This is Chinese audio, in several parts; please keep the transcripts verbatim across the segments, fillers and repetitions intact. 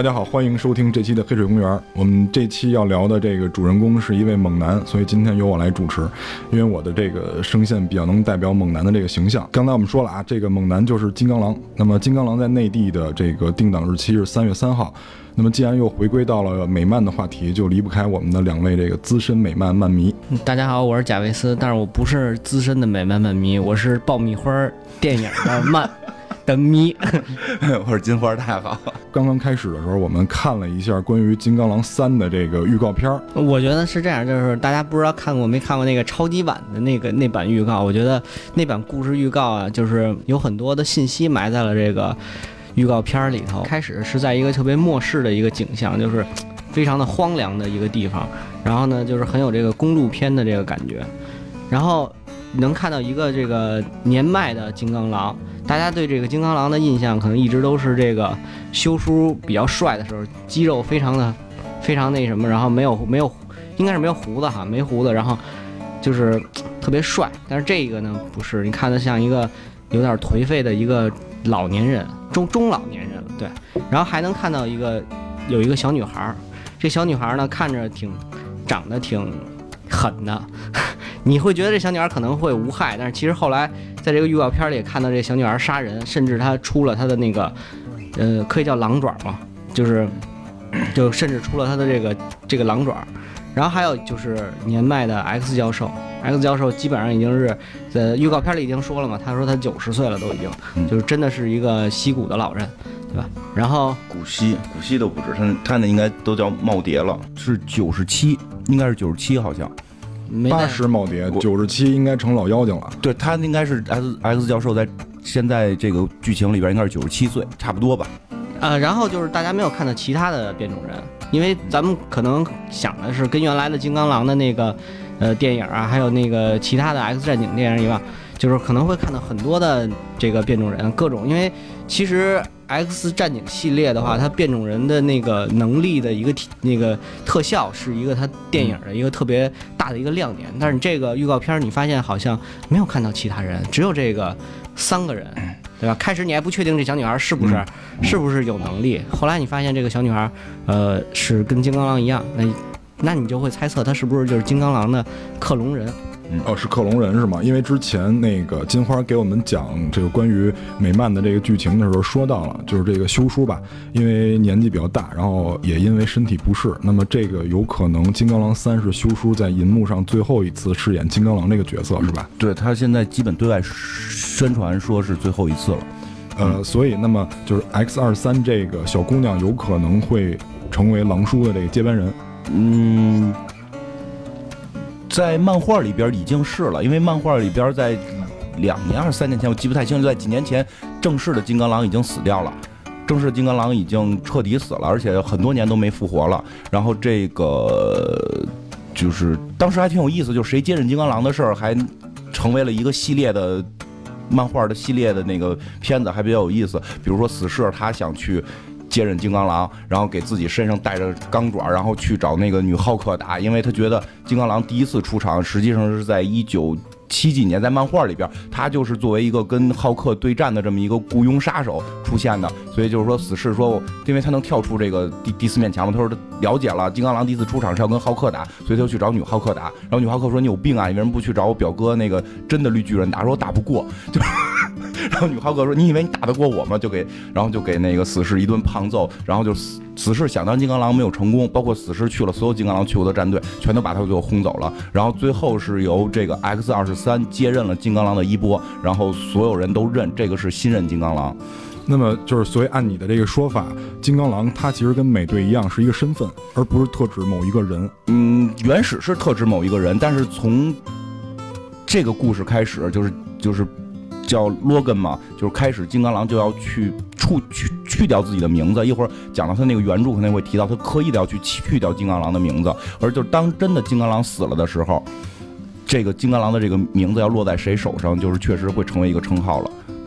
大家好，欢迎收听这期的黑水公园。我们这期要聊的这个主人公是一位猛男，所以今天由我来主持，因为我的这个声线比较能代表猛男的这个形象。刚才我们说了啊，这个猛男就是金刚狼。那么金刚狼在内地的这个定档日期是三月三号。那么既然又回归到了美漫的话题，就离不开我们的两位这个资深美漫漫迷。 大家好，我是贾维斯，但是我不是资深的美漫漫迷，我是爆米花电影的漫的迷。 我是金花太好。 刚刚开始的时候，我们看了一下关于金刚狼三的这个预告片。 我觉得是这样，就是大家不知道看过没看过那个超级版的那个那版预告，我觉得那版故事预告啊，就是有很多的信息埋在了这个预告片里头。开始是在一个特别末世的一个景象，就是非常的荒凉的一个地方，然后呢就是很有这个公路片的这个感觉，然后能看到一个这个年迈的金刚狼。大家对这个金刚狼的印象可能一直都是这个修叔比较帅的时候，肌肉非常的非常那什么，然后没有没有应该是没有胡子哈，没胡子，然后就是特别帅。但是这个呢不是，你看他像一个有点颓废的一个老年人，中中老年人了，对。然后还能看到一个有一个小女孩，这小女孩呢看着挺长得挺狠的，你会觉得这小女孩可能会无害，但是其实后来在这个预告片里也看到这小女孩杀人，甚至她出了她的那个呃可以叫狼爪嘛，就是就甚至出了她的这个这个狼爪。然后还有就是年迈的 X 教授 X 教授基本上已经是在预告片里已经说了嘛，他说他九十岁了都已经，就是真的是一个吸骨的老人，对吧？然后古稀古稀都不止，他他那应该都叫耄耋了，是九十七，应该是九十七好像。 八十耄耋，九十七应该成老妖精了。 对，他应该是 X X 教授在现在这个剧情里边应该是九十七岁，差不多吧。 呃，然后就是大家没有看到其他的变种人，因为咱们可能想的是跟原来的金刚狼的那个呃电影啊，还有那个其他的 X 战警电影一样，就是可能会看到很多的这个变种人，各种，因为其实 X 战警系列的话，它变种人的那个能力的一个那个特效是一个它电影的一个特别大的一个亮点，但是这个预告片你发现好像没有看到其他人，只有这个三个人，对吧？开始你还不确定这小女孩是不是、嗯、是不是有能力，后来你发现这个小女孩呃是跟金刚狼一样，那那你就会猜测她是不是就是金刚狼的克隆人。 哦，是克隆人是吗？因为之前那个金花给我们讲这个关于美漫的这个剧情的时候说到了，就是这个修叔吧，因为年纪比较大，然后也因为身体不适，那么这个有可能金刚狼三是修叔在银幕上最后一次饰演金刚狼这个角色，是吧？ 对，他现在基本对外宣传说是最后一次了。 呃，所以那么就是 X 二十三 这个小姑娘有可能会成为狼叔的这个接班人。 嗯。在漫画里边已经是了，因为漫画里边在两年还是三年前，我记不太清楚，在几年前正式的金刚狼已经死掉了，正式的金刚狼已经彻底死了，而且很多年都没复活了。然后这个就是当时还挺有意思，就是谁接任金刚狼的事儿，还成为了一个系列的漫画的系列的那个片子，还比较有意思。比如说死侍他想去接任金刚狼，然后给自己身上带着钢爪，然后去找那个女浩克打，因为他觉得金刚狼第一次出场实际上是在一九七几年，在漫画里边他就是作为一个跟浩克对战的这么一个雇佣杀手出现的，所以就是说死侍说因为他能跳出这个第第四面墙嘛，他说他了解了金刚狼第一次出场是要跟浩克打，所以他就去找女浩克打，然后女浩克说你有病啊，你为什么不去找我表哥那个真的绿巨人打，说我打不过，就然后女浩克说你以为你打得过我吗，就给然后就给那个死侍一顿胖揍，然后就死死侍想当金刚狼没有成功，包括死侍去了所有金刚狼去过的战队全都把他最后轰走了，然后最后是由这个 X 二十三 接任了金刚狼的衣钵，然后所有人都认这个是新任金刚狼。 那么就是所以按你的这个说法，金刚狼它其实跟美队一样是一个身份，而不是特指某一个人。 嗯，原始是特指某一个人，但是从这个故事开始就是就是叫罗根嘛，就是开始金刚狼就要去除去去掉自己的名字，一会儿讲到他那个原著可能会提到他刻意的要去去掉金刚狼的名字，而就是当真的金刚狼死了的时候，这个金刚狼的这个名字要落在谁手上，就是确实会成为一个称号了。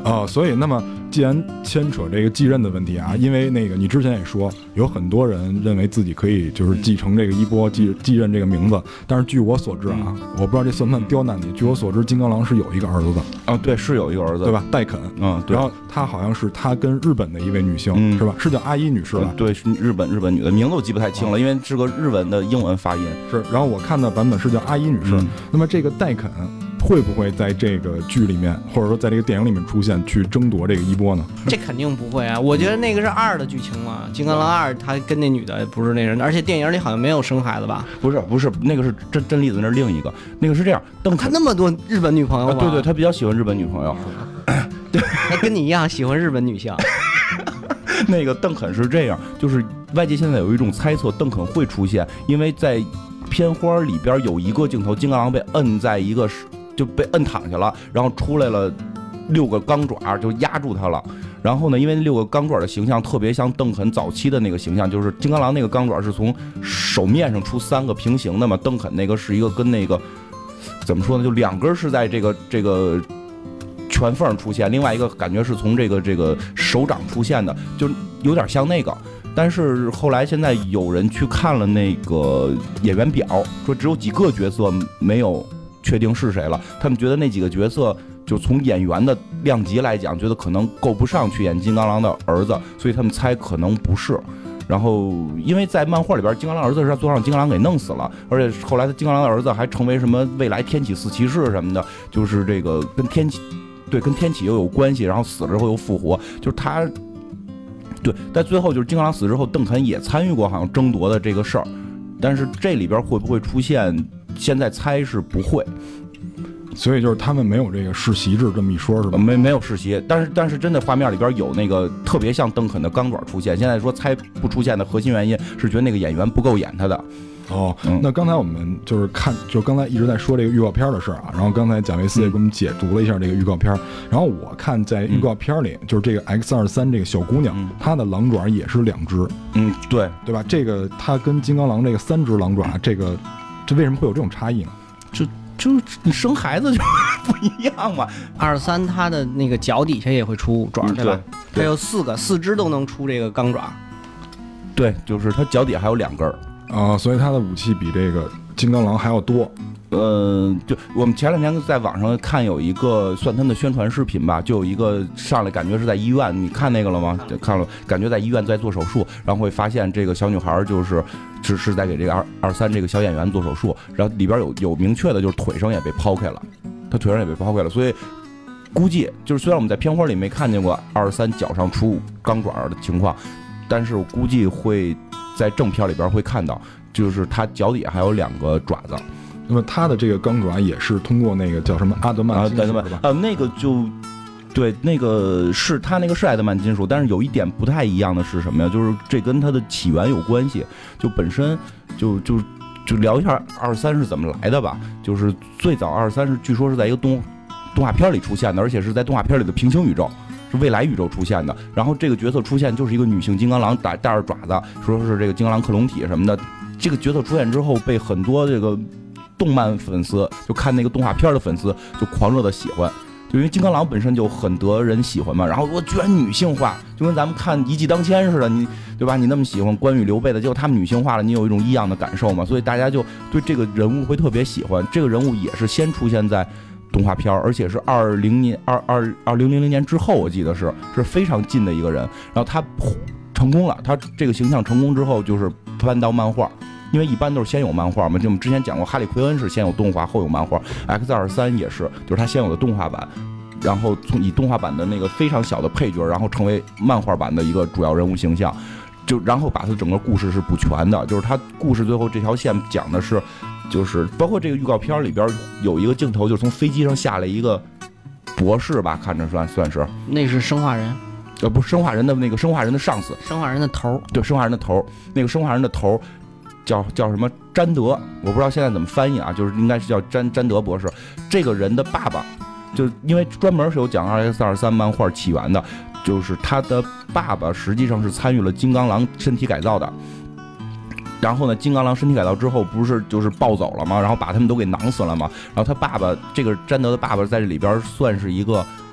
哦，所以那么既然牵扯这个继任的问题啊，因为那个你之前也说，有很多人认为自己可以就是继承这个衣钵，继继任这个名字，但是据我所知啊，我不知道这算不算刁难你。据我所知，金刚狼是有一个儿子的。 哦，对，是有一个儿子， 对吧？戴肯。 嗯，对。 然后他好像是他跟日本的一位女性， 嗯、 是吧？是叫阿伊女士吧？ 对，是日本日本女的，名字我记不太清了，因为是个日文的英文发音。 是，然后我看的版本是叫阿伊女士。嗯、那么这个戴肯会不会在这个剧里面，或者说在这个电影里面出现，去争夺这个衣钵呢？ 这肯定不会啊！我觉得那个是二的剧情嘛，《金刚狼二》他跟那女的不是那人，而且电影里好像没有生孩子吧？ 不是，不是，那个是真真栗子那是另一个，那个是这样，邓肯他那么多日本女朋友吗？ 啊、对对，他比较喜欢日本女朋友， 他跟你一样喜欢日本女性。 那个邓肯是这样，就是外界现在有一种猜测，邓肯会出现，因为在片花里边有一个镜头，金刚狼被摁在一个就被摁躺下了，然后出来了六个钢爪就压住他了。然后呢，因为六个钢爪的形象特别像邓肯早期的那个形象，就是金刚狼那个钢爪是从手面上出三个平行的嘛，邓肯那个是一个跟那个怎么说呢，就两根是在这个这个拳缝出现，另外一个感觉是从这个这个手掌出现的，就有点像那个。但是后来现在有人去看了那个演员表，说只有几个角色没有确定是谁了，他们觉得那几个角色就从演员的量级来讲，觉得可能够不上去演金刚狼的儿子，所以他们猜可能不是。然后因为在漫画里边，金刚狼儿子是最后让金刚狼给弄死了，而且后来他金刚狼的儿子还成为什么未来天启四骑士什么的，就是这个跟天启对跟天启又有关系，然后死了之后又复活，就是他对，但最后就是金刚狼死之后，邓肯也参与过好像争夺的这个事儿，但是这里边会不会出现？现在猜是不会， 所以就是他们没有这个世袭制这么一说，是吧？ 没没有世袭，但是但是真的画面里边有那个特别像邓肯的钢爪出现。现在说猜不出现的核心原因是觉得那个演员不够演他的。 哦，嗯、那刚才我们就是看，就刚才一直在说这个预告片的事儿啊，然后刚才贾维斯也给我们解读了一下这个预告片，嗯、然后我看在预告片里，嗯、就是这个 X 二十三这个小姑娘，嗯、她的狼爪也是两只， 嗯，对对吧？这个她跟金刚狼这个三只狼爪，这个这为什么会有这种差异呢？ 就就是你生孩子就不一样嘛。 二三它的那个脚底下也会出爪，对吧？它有四个，四只都能出这个钢爪。 对，就是它脚底还有两根儿。 啊、呃，所以他的武器比这个金刚狼还要多。 呃，就我们前两天在网上看有一个算他们的宣传视频吧，就有一个上来感觉是在医院，你看那个了吗？看了，感觉在医院在做手术，然后会发现这个小女孩就是是是在给这个二二三这个小演员做手术，然后里边有有明确的就是腿上也被抛开了，她腿上也被抛开了，所以估计就是虽然我们在片花里没看见过二三脚上出钢爪的情况，但是我估计会在正片里边会看到，就是他脚底下还有两个爪子。 那么他的这个钢爪也是通过那个叫什么阿德曼金属吧？ 呃，那个就对，那个是他那个是艾德曼金属，但是有一点不太一样的是什么呀？就是这跟它的起源有关系。就本身就就就聊一下二三是怎么来的吧。就是最早二三是据说是在一个动动画片里出现的，而且是在动画片里的平行宇宙。是未来宇宙出现的，然后这个角色出现就是一个女性金刚狼带带着爪子，说是这个金刚狼克隆体什么的。这个角色出现之后，被很多这个动漫粉丝就看那个动画片的粉丝就狂热的喜欢，就因为金刚狼本身就很得人喜欢嘛。然后我居然女性化，就跟咱们看一骑当千似的，你对吧？你那么喜欢关羽刘备的，结果他们女性化了，你有一种异样的感受嘛？所以大家就对这个人物会特别喜欢。这个人物也是先出现在动画片，而且是二零年二二二零零零年之后，我记得是是非常近的一个人。然后他成功了，他这个形象成功之后，就是搬到漫画，因为一般都是先有漫画嘛。就我们之前讲过，哈利奎恩是先有动画后有漫画 ，X 二十三也是，就是他先有的动画版，然后从以动画版的那个非常小的配角，然后成为漫画版的一个主要人物形象。就然后把他整个故事是补全的，就是他故事最后这条线讲的是，就是包括这个预告片里边有一个镜头，就是从飞机上下来一个博士吧，看着算算是， 那是生化人， 呃，不是生化人的那个生化人的上司， 生化人的头， 对，生化人的头，那个生化人的头叫叫什么詹德，我不知道现在怎么翻译啊，就是应该是叫詹詹德博士，这个人的爸爸，就是因为专门是有讲 二 X 二十三漫画起源的。就是他的爸爸实际上是参与了金刚狼身体改造的，然后呢，金刚狼身体改造之后不是就是暴走了吗？然后把他们都给囊死了吗？然后他爸爸这个詹德的爸爸在这里边算是一个，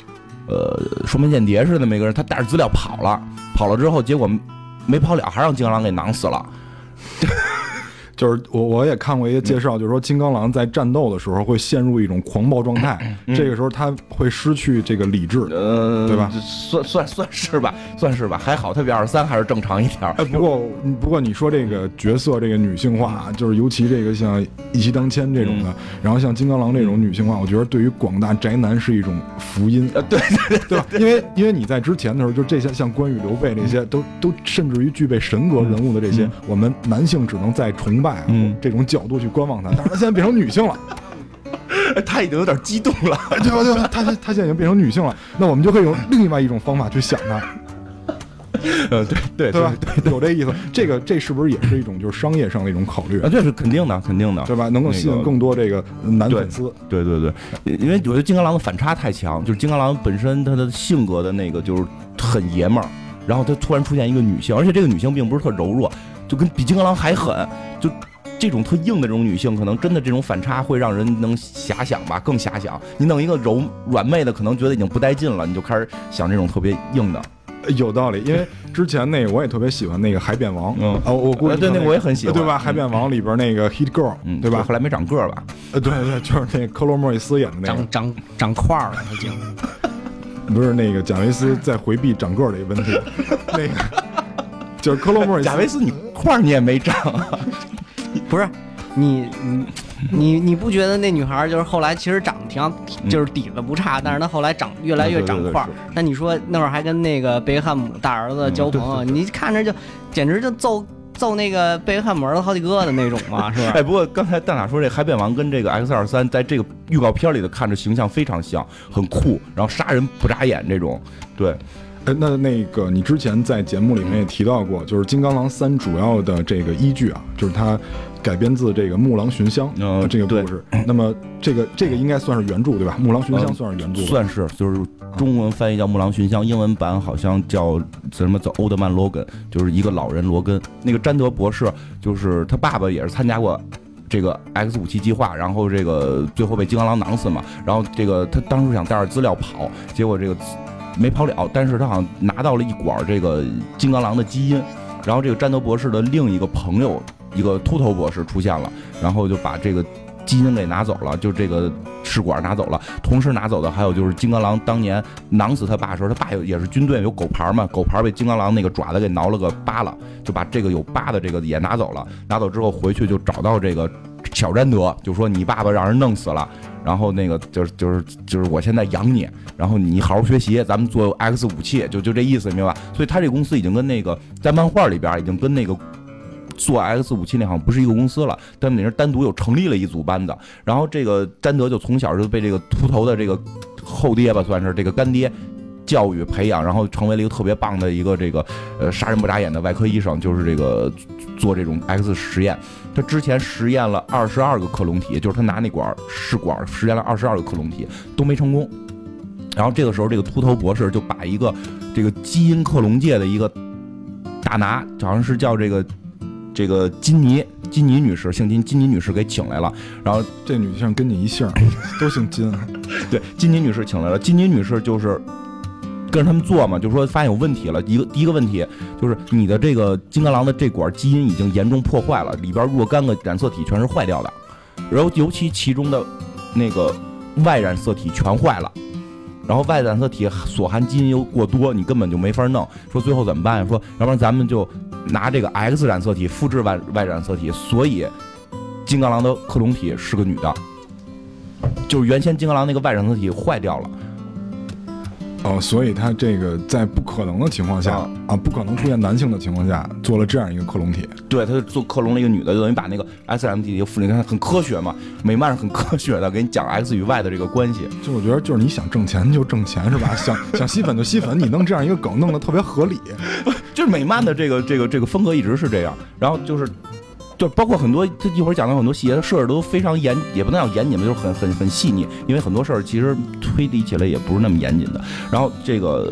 呃双面间谍似的那么一个人，他带着资料跑了，跑了之后结果没跑了，还让金刚狼给囊死了。 就是我我也看过一个介绍，就是说金刚狼在战斗的时候会陷入一种狂暴状态， 嗯、 这个时候他会失去这个理智， 呃， 对吧？ 算算算是吧，算是吧，还好他比二十三还是正常一点。 哎，不过不过你说这个角色这个女性化，就是尤其这个像一骑当千这种的，嗯、然后像金刚狼这种女性化，我觉得对于广大宅男是一种福音。 呃，对对对对吧？因为因为你在之前的时候，就这些像关羽、刘备这些，都都甚至于具备神格人物的这些， 嗯、 我们男性只能在崇拜。嗯，这种角度去观望他，但是他现在变成女性了， 他已经有点激动了， 对吧？对吧？他他他现在已经变成女性了，那我们就可以用另外一种方法去想他。 呃，对对对吧？对，有这意思。这个这是不是也是一种就是商业上的一种考虑啊？这是肯定的，肯定的， 对吧？能够吸引更多这个男粉丝。 对对对，因为我觉得金刚狼的反差太强，就是金刚狼本身他的性格的那个就是很爷们儿，然后他突然出现一个女性，而且这个女性并不是特柔弱。就跟比金刚狼还狠，就这种特硬的这种女性，可能真的这种反差会让人能遐想吧，更遐想。你弄一个柔软妹的，可能觉得已经不带劲了，你就开始想这种特别硬的。 有道理，因为之前那个我也特别喜欢那个海扁王， 嗯啊，我估计、 对那个我也很喜欢， 对吧？海扁王里边那个 Hit Girl， 嗯， 对吧？ 后来没长个儿吧？ 呃，对对，就是那克罗莫里斯演的那个， 长长长块了，已经。 不是那个贾维斯在回避长个儿的一个问题，那个。就是克罗莫尔贾维斯，你块儿你也没长啊？ 不是，你你你你不觉得那女孩就是后来其实长得挺，就是底子不差，但是她后来长越来越长块儿。那你说那会儿还跟那个贝克汉姆大儿子交朋友，你看着就简直就揍揍那个贝克汉姆儿子好几个的那种嘛，是吧？ 哎，不过刚才蛋塔说这海扁王跟这个 X 二十三在这个预告片里的看着形象非常像，很酷，然后杀人不眨眼这种，对。 哎，那那个你之前在节目里面也提到过，就是《金刚狼三》主要的这个依据啊，就是它改编自这个《木狼寻香》 呃这个故事。那么这个这个应该算是原著对吧？《木狼寻香》算是原著、呃， 算是，就是中文翻译叫《木狼寻香》，英文版好像叫什么 The Old Man Logan， 就是一个老人罗根。那个詹德博士就是他爸爸也是参加过这个 X 五七计划，然后这个最后被金刚狼囊死嘛，然后这个他当时想带着资料跑，结果这个没跑了，但是他好像拿到了一管这个金刚狼的基因，然后这个詹德博士的另一个朋友，一个秃头博士出现了，然后就把这个基因给拿走了，就这个试管拿走了，同时拿走的还有就是金刚狼当年囊死他爸的时候，他爸也是军队有狗牌嘛，狗牌被金刚狼那个爪子给挠了个疤了，就把这个有疤的这个也拿走了，拿走之后回去就找到这个小詹德，就说你爸爸让人弄死了，然后那个就是就是就是我现在养你，然后你好好学习，咱们做 X 武器，就就这意思，明白吧？所以他这个公司已经跟那个在漫画里边已经跟那个做 X 武器那好像不是一个公司了，但那是单独又成立了一组班子。然后这个詹德就从小就被这个秃头的这个后爹吧，算是这个干爹教育培养，然后成为了一个特别棒的一个这个呃杀人不眨眼的外科医生，就是这个做这种 X 实验。他之前实验了二十二个克隆体，就是他拿那管试管实验了二十二个克隆体都没成功。然后这个时候，这个秃头博士就把一个这个基因克隆界的一个大拿，好像是叫这个这个金妮金妮女士，姓金，金妮女士给请来了。然后这女性跟你一姓，都姓金。 对，金妮女士请来了。金妮女士就是跟着他们做嘛，就说发现有问题了。一个第一个问题就是你的这个金刚狼的这管基因已经严重破坏了，里边若干个染色体全是坏掉的，然后尤其其中的那个外染色体全坏了。然后外染色体所含基因又过多，你根本就没法弄。说最后怎么办？说要不然咱们就拿这个 X 染色体复制外外染色体，所以金刚狼的克隆体是个女的，就是原先金刚狼那个外染色体坏掉了。 哦，所以他这个在不可能的情况下、哦、啊，不可能出现男性的情况下，做了这样一个克隆体。 对，他就做克隆了一个女的，就等于把那个 X 染色体复制，你看很科学嘛，美漫是很科学的，给你讲 X 与 Y 的这个关系。 就我觉得，就是你想挣钱就挣钱是吧？想想吸粉就吸粉，你弄这样一个梗弄得特别合理。 就是美漫的这个这个这个风格一直是这样，然后就是。就包括很多，他一会儿讲到很多细节，设置都非常严，也不能叫严谨吧，就是很很很细腻。因为很多事儿其实推理起来也不是那么严谨的。然后这个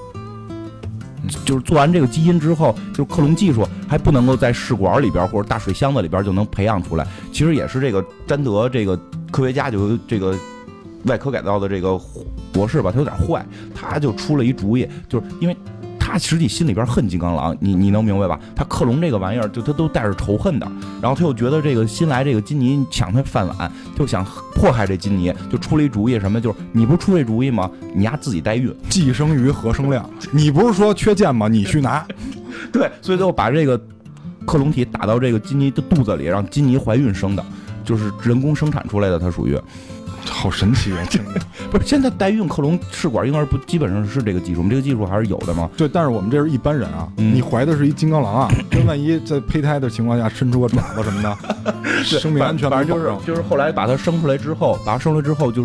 就是做完这个基因之后，就是克隆技术还不能够在试管里边或者大水箱子里边就能培养出来。其实也是这个詹德这个科学家就这个外科改造的这个博士吧，他有点坏，他就出了一主意，就是因为他实际心里边恨金刚狼，你你能明白吧？他克隆这个玩意儿，就他都带着仇恨的，然后他又觉得这个新来这个金尼抢他饭碗，就想迫害这金尼，就出了一主意，什么就是你不是出这主意吗？你丫自己代孕， 既生瑜何生亮？你不是说缺剑吗？你去拿。 对，所以最后把这个克隆体打到这个金尼的肚子里，让金尼怀孕生的，就是人工生产出来的，它属于。 好神奇啊！真的不是，现在代孕克隆试管婴儿不基本上是这个技术，我们这个技术还是有的吗？ 对，但是我们这是一般人啊， 嗯、 你怀的是一金刚狼啊，真万一在胚胎的情况下伸出个爪子什么的，生命安全反正就是就是后来把它生出来之后，把它生出来之后，就是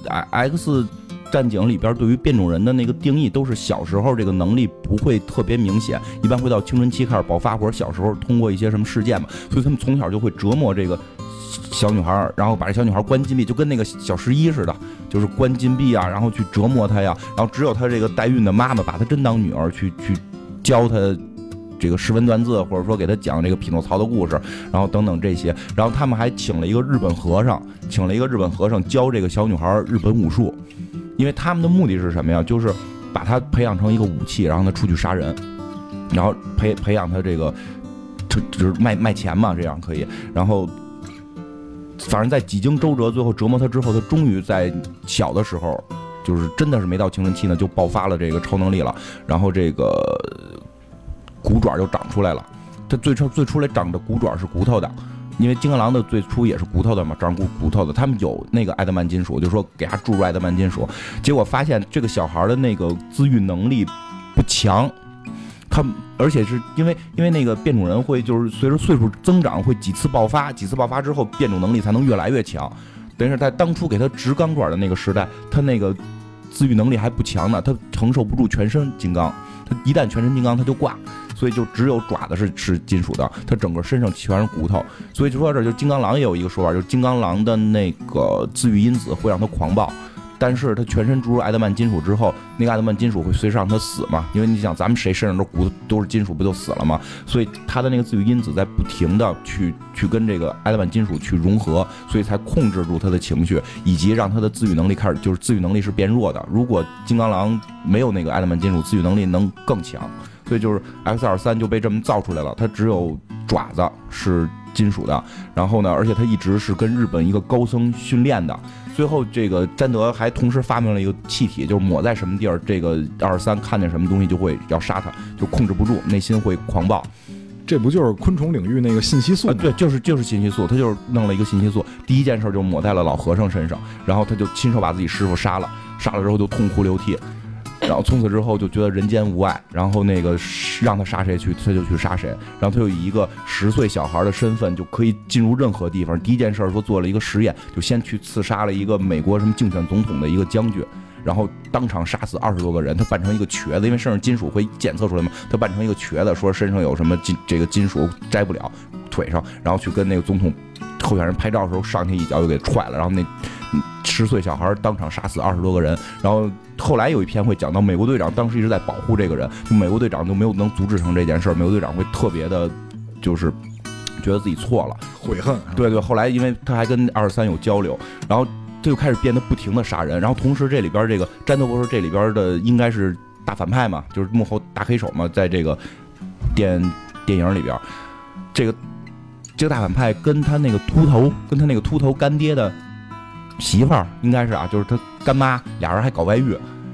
X 战警里边对于变种人的那个定义都是小时候这个能力不会特别明显，一般会到青春期开始爆发，或者小时候通过一些什么事件嘛，所以他们从小就会折磨这个小女孩，然后把这小女孩关禁闭，就跟那个小十一似的，就是关禁闭啊，然后去折磨她呀，然后只有她这个代孕的妈妈把她真当女儿去去教她这个识文断字，或者说给她讲这个匹诺曹的故事，然后等等这些，然后他们还请了一个日本和尚，请了一个日本和尚教这个小女孩日本武术，因为他们的目的是什么呀？就是把她培养成一个武器，然后她出去杀人，然后培培养她这个就就是卖卖钱嘛，这样可以，然后。反正在几经周折，最后折磨他之后，他终于在小的时候，就是真的是没到青春期呢，就爆发了这个超能力了。然后这个骨爪就长出来了。他最初最初来长的骨爪是骨头的，因为金刚狼的最初也是骨头的嘛，长骨骨头的。他们有那个艾德曼金属，就说给他注入艾德曼金属，结果发现这个小孩的那个自愈能力不强。他而且是因为因为那个变种人会就是随着岁数增长会几次爆发，几次爆发之后变种能力才能越来越强。等于是在当初给他植钢爪的那个时代，他那个自愈能力还不强呢，他承受不住全身金刚，他一旦全身金刚他就挂，所以就只有爪子是是金属的，他整个身上全是骨头。所以就说到这儿，就金刚狼也有一个说法，就是金刚狼的那个自愈因子会让他狂暴。但是他全身注入艾德曼金属之后，那个艾德曼金属会随时让他死嘛？因为你想，咱们谁身上都骨头都是金属，不就死了吗？所以他的那个自愈因子在不停的去去跟这个艾德曼金属去融合，所以才控制住他的情绪，以及让他的自愈能力开始就是自愈能力是变弱的。如果金刚狼没有那个艾德曼金属，自愈能力能更强。所以就是 X 二十三 就被这么造出来了，它只有爪子是金属的，然后呢，而且它一直是跟日本一个高僧训练的。最后，这个詹德还同时发明了一个气体，就是抹在什么地儿，这个二十三看见什么东西就会要杀他，就控制不住，内心会狂暴。 这不就是昆虫领域那个信息素吗？ 啊，对，就是就是信息素，他就是弄了一个信息素。第一件事就抹在了老和尚身上，然后他就亲手把自己师傅杀了，杀了之后就痛哭流涕。然后从此之后就觉得人间无爱，然后那个让他杀谁去他就去杀谁，然后他就以一个十岁小孩的身份就可以进入任何地方。第一件事说做了一个实验，就先去刺杀了一个美国什么竞选总统的一个将军，然后当场杀死二十多个人，他扮成一个瘸子，因为身上金属会检测出来嘛，他扮成一个瘸子，说身上有什么金这个金属摘不了腿上，然后去跟那个总统候选人拍照的时候上去一脚就给踹了，然后那十岁小孩当场杀死二十多个人。然后后来有一篇会讲到美国队长当时一直在保护这个人，就美国队长就没有能阻止成这件事，美国队长会特别的就是觉得自己错了， 悔恨。 对对，后来因为他还跟二十三有交流，然后他就开始变得不停的杀人，然后同时这里边这个詹德博士这里边的应该是大反派嘛，就是幕后大黑手嘛，在这个电电影里边，这个这个大反派跟他那个秃头跟他那个秃头干爹的媳妇儿应该是啊，就是他干妈，俩人还搞外遇，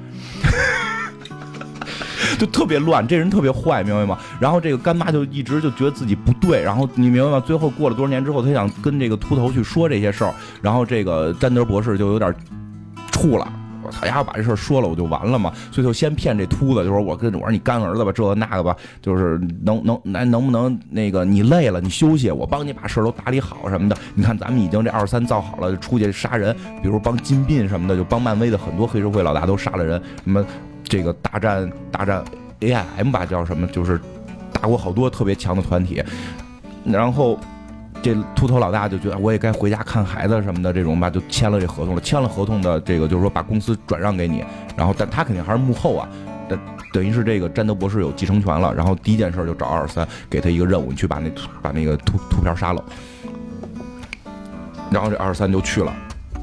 就特别乱，这人特别坏，明白吗？然后这个干妈就一直就觉得自己不对，然后你明白吗？最后过了多少年之后，他想跟这个秃头去说这些事儿，然后这个詹德博士就有点怵了。我操呀！把这事儿说了我就完了嘛，所以就先骗这秃子，就说我跟我说你干儿子吧，这个那个吧，就是能能能能不能那个你累了你休息，我帮你把事儿都打理好什么的。你看咱们已经这二十三造好了，就出去杀人，比如帮金并什么的，就帮漫威的很多黑社会老大都杀了人，什么这个大战大战 A I M 吧叫什么，就是打过好多特别强的团体，然后。这秃头老大就觉得我也该回家看孩子什么的，这种吧就签了这合同了。签了合同的这个就是说把公司转让给你，然后但他肯定还是幕后啊，但等于是这个詹德博士有继承权了。然后第一件事就找二十三，给他一个任务，你去把那把那个秃秃瓢杀了。然后这二十三就去了，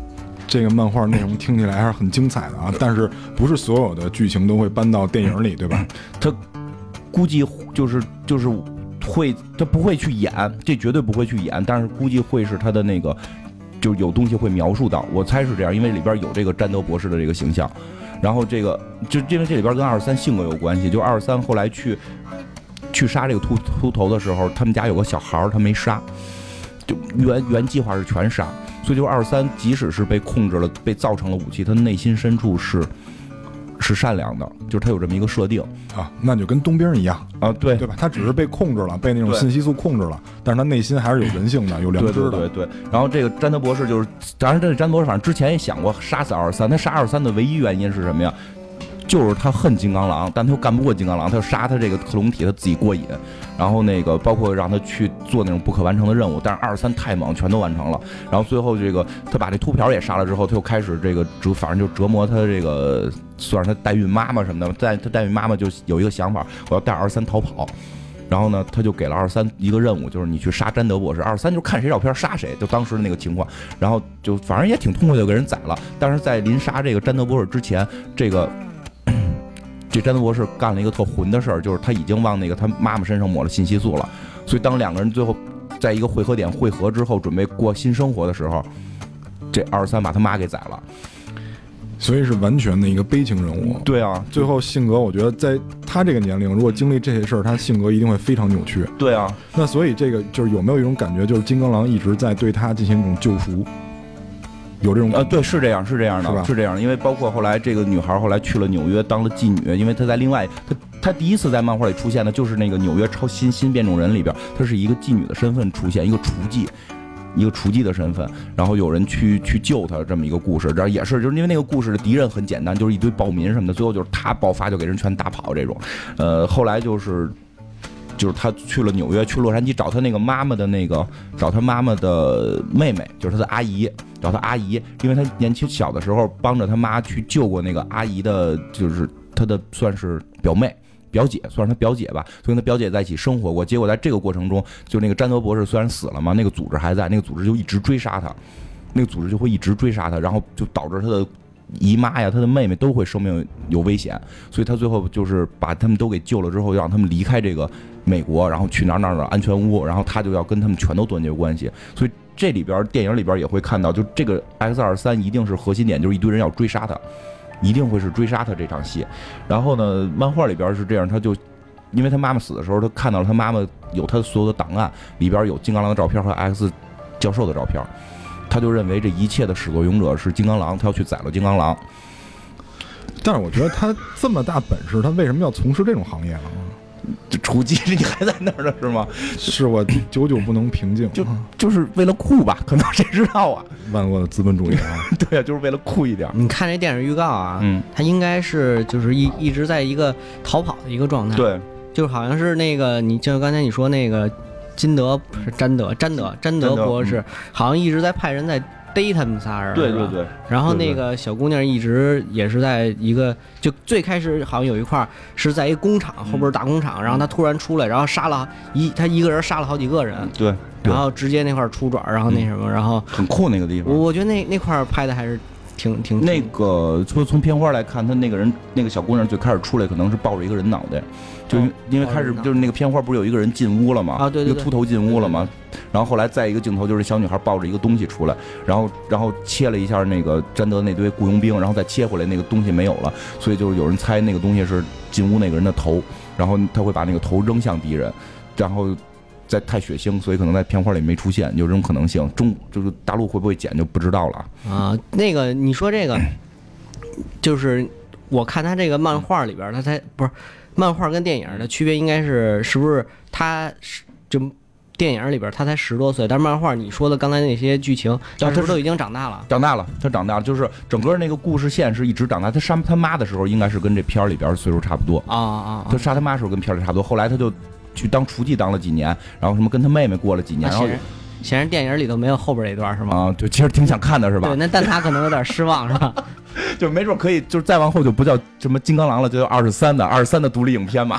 这个漫画内容听起来还是很精彩的啊，但是不是所有的剧情都会搬到电影里，对吧？ 他估计就是就是会，他不会去演，这绝对不会去演，但是估计会是他的那个，就有东西会描述到，我猜是这样，因为里边有这个詹德博士的这个形象，然后这个就因为这里边跟二十三性格有关系，就二十三后来去去杀这个秃秃头的时候，他们家有个小孩他没杀，就原原计划是全杀。所以就二十三，即使是被控制了，被造成了武器，他内心深处是是善良的，就是他有这么一个设定啊，那就跟冬兵一样啊，对对吧？他只是被控制了，被那种信息素控制了，但是他内心还是有人性的，有良知的。 对对对对。然后这个詹德博士就是，当然这个詹德博士反正之前也想过杀死二十三，他杀二十三的唯一原因是什么呀？就是他恨金刚狼，但他又干不过金刚狼，他就杀他这个克隆体，他自己过瘾。然后那个包括让他去做那种不可完成的任务，但是二十三太猛，全都完成了。然后最后这个他把这秃瓢也杀了之后，他又开始这个折，反正就折磨他这个，算是他代孕妈妈什么的。代他代孕妈妈就有一个想法，我要带二十三逃跑。然后呢，他就给了二十三一个任务，就是你去杀詹德博士。二十三就看谁照片杀谁，就当时的那个情况。然后就反正也挺痛快，就给人宰了。但是在临杀这个詹德博士之前，这个。这詹德博士干了一个特混的事儿，就是他已经往那个他妈妈身上抹了信息素了，所以当两个人最后在一个汇合点汇合之后，准备过新生活的时候，这二十三把他妈给宰了， 所以是完全的一个悲情人物。 对啊， 最后性格，我觉得在他这个年龄，如果经历这些事儿，他性格一定会非常扭曲。 对啊， 那所以这个就是有没有一种感觉，就是金刚狼一直在对他进行一种救赎？有这种呃，对，是这样，是这样的，是, 是这样的，因为包括后来这个女孩后来去了纽约当了妓女，因为她在另外她她第一次在漫画里出现的就是那个纽约超新新变种人里边，她是一个妓女的身份出现，一个雏妓，一个雏妓的身份，然后有人去去救她这么一个故事，这也是就是因为那个故事的敌人很简单，就是一堆暴民什么的，最后就是他爆发就给人全打跑这种，呃，后来就是。就是他去了纽约，去洛杉矶找他那个妈妈的那个，找他妈妈的妹妹，就是他的阿姨，找他阿姨，因为他年轻小的时候帮着他妈去救过那个阿姨的，就是他的算是表妹。表姐算是他表姐吧，所以跟他表姐在一起生活过。结果在这个过程中，就那个詹德博士虽然死了嘛，那个组织还在，那个组织就一直追杀他，那个组织就会一直追杀他，然后就导致他的姨妈呀，他的妹妹都会生命有危险。所以他最后就是把他们都给救了之后，让他们离开这个美国，然后去哪儿哪儿的安全屋，然后他就要跟他们全都断绝关系。所以这里边电影里边也会看到，就这个 X 二十三一定是核心点，就是一堆人要追杀他。一定会是追杀他这场戏，然后呢，漫画里边是这样，他就因为他妈妈死的时候，他看到了他妈妈有他所有的档案，里边有金刚狼的照片和 X 教授的照片，他就认为这一切的始作俑者是金刚狼，他要去宰了金刚狼。 但是我觉得他这么大本事，他为什么要从事这种行业呢？ 雏妓，你还在那儿呢是吗？ 是我久久不能平静， 就就是为了酷吧，可能谁知道啊？ 万恶的资本主义啊！ 对啊，就是为了酷一点。 你看这电视预告啊，嗯，他应该是就是一一直在一个逃跑的一个状态， 对， 就是好像是那个，你就刚才你说那个金德不是詹德詹德詹德博士，嗯、好像一直在派人在逮他们仨人， 对对对。 然后那个小姑娘一直也是在一个，就最开始好像有一块是在一工厂后边大工厂，嗯、然后他突然出来，然后杀了一他一个人杀了好几个人， 对。 然后直接那块出爪，然后那什么，嗯、然后很酷那个地方。 我觉得那那块拍的还是挺挺那个，从从片花来看，他那个人那个小姑娘最开始出来可能是抱着一个人脑袋，就因为开始就是那个片花不是有一个人进屋了嘛， 啊对对， 一个秃头进屋了嘛，然后后来再一个镜头就是小女孩抱着一个东西出来，然后然后切了一下那个詹德那堆雇佣兵，然后再切回来那个东西没有了，所以就是有人猜那个东西是进屋那个人的头，然后他会把那个头扔向敌人，然后。在太血腥，所以可能在片花里没出现，有这种可能性。中就是大陆会不会剪就不知道了啊。那个你说这个，就是我看他这个漫画里边，他才不是漫画跟电影的区别，应该是是不是他就电影里边他才十多岁，但是漫画你说的刚才那些剧情，他是不是都已经长大了？ 长大了，他长大了，就是整个那个故事线是一直长大。他杀他妈的时候，应该是跟这片里边岁数差不多啊啊！ 他杀他妈的时候跟片里差不多，后来他就。去当厨妓当了几年，然后什么跟他妹妹过了几年，然后显然电影里头没有后边这一段是吗？ 啊，对，其实挺想看的是吧？ 对，那但他可能有点失望是吧？ 就没准可以，就是再往后就不叫什么金刚狼了，就叫二十三的二十三的独立影片嘛。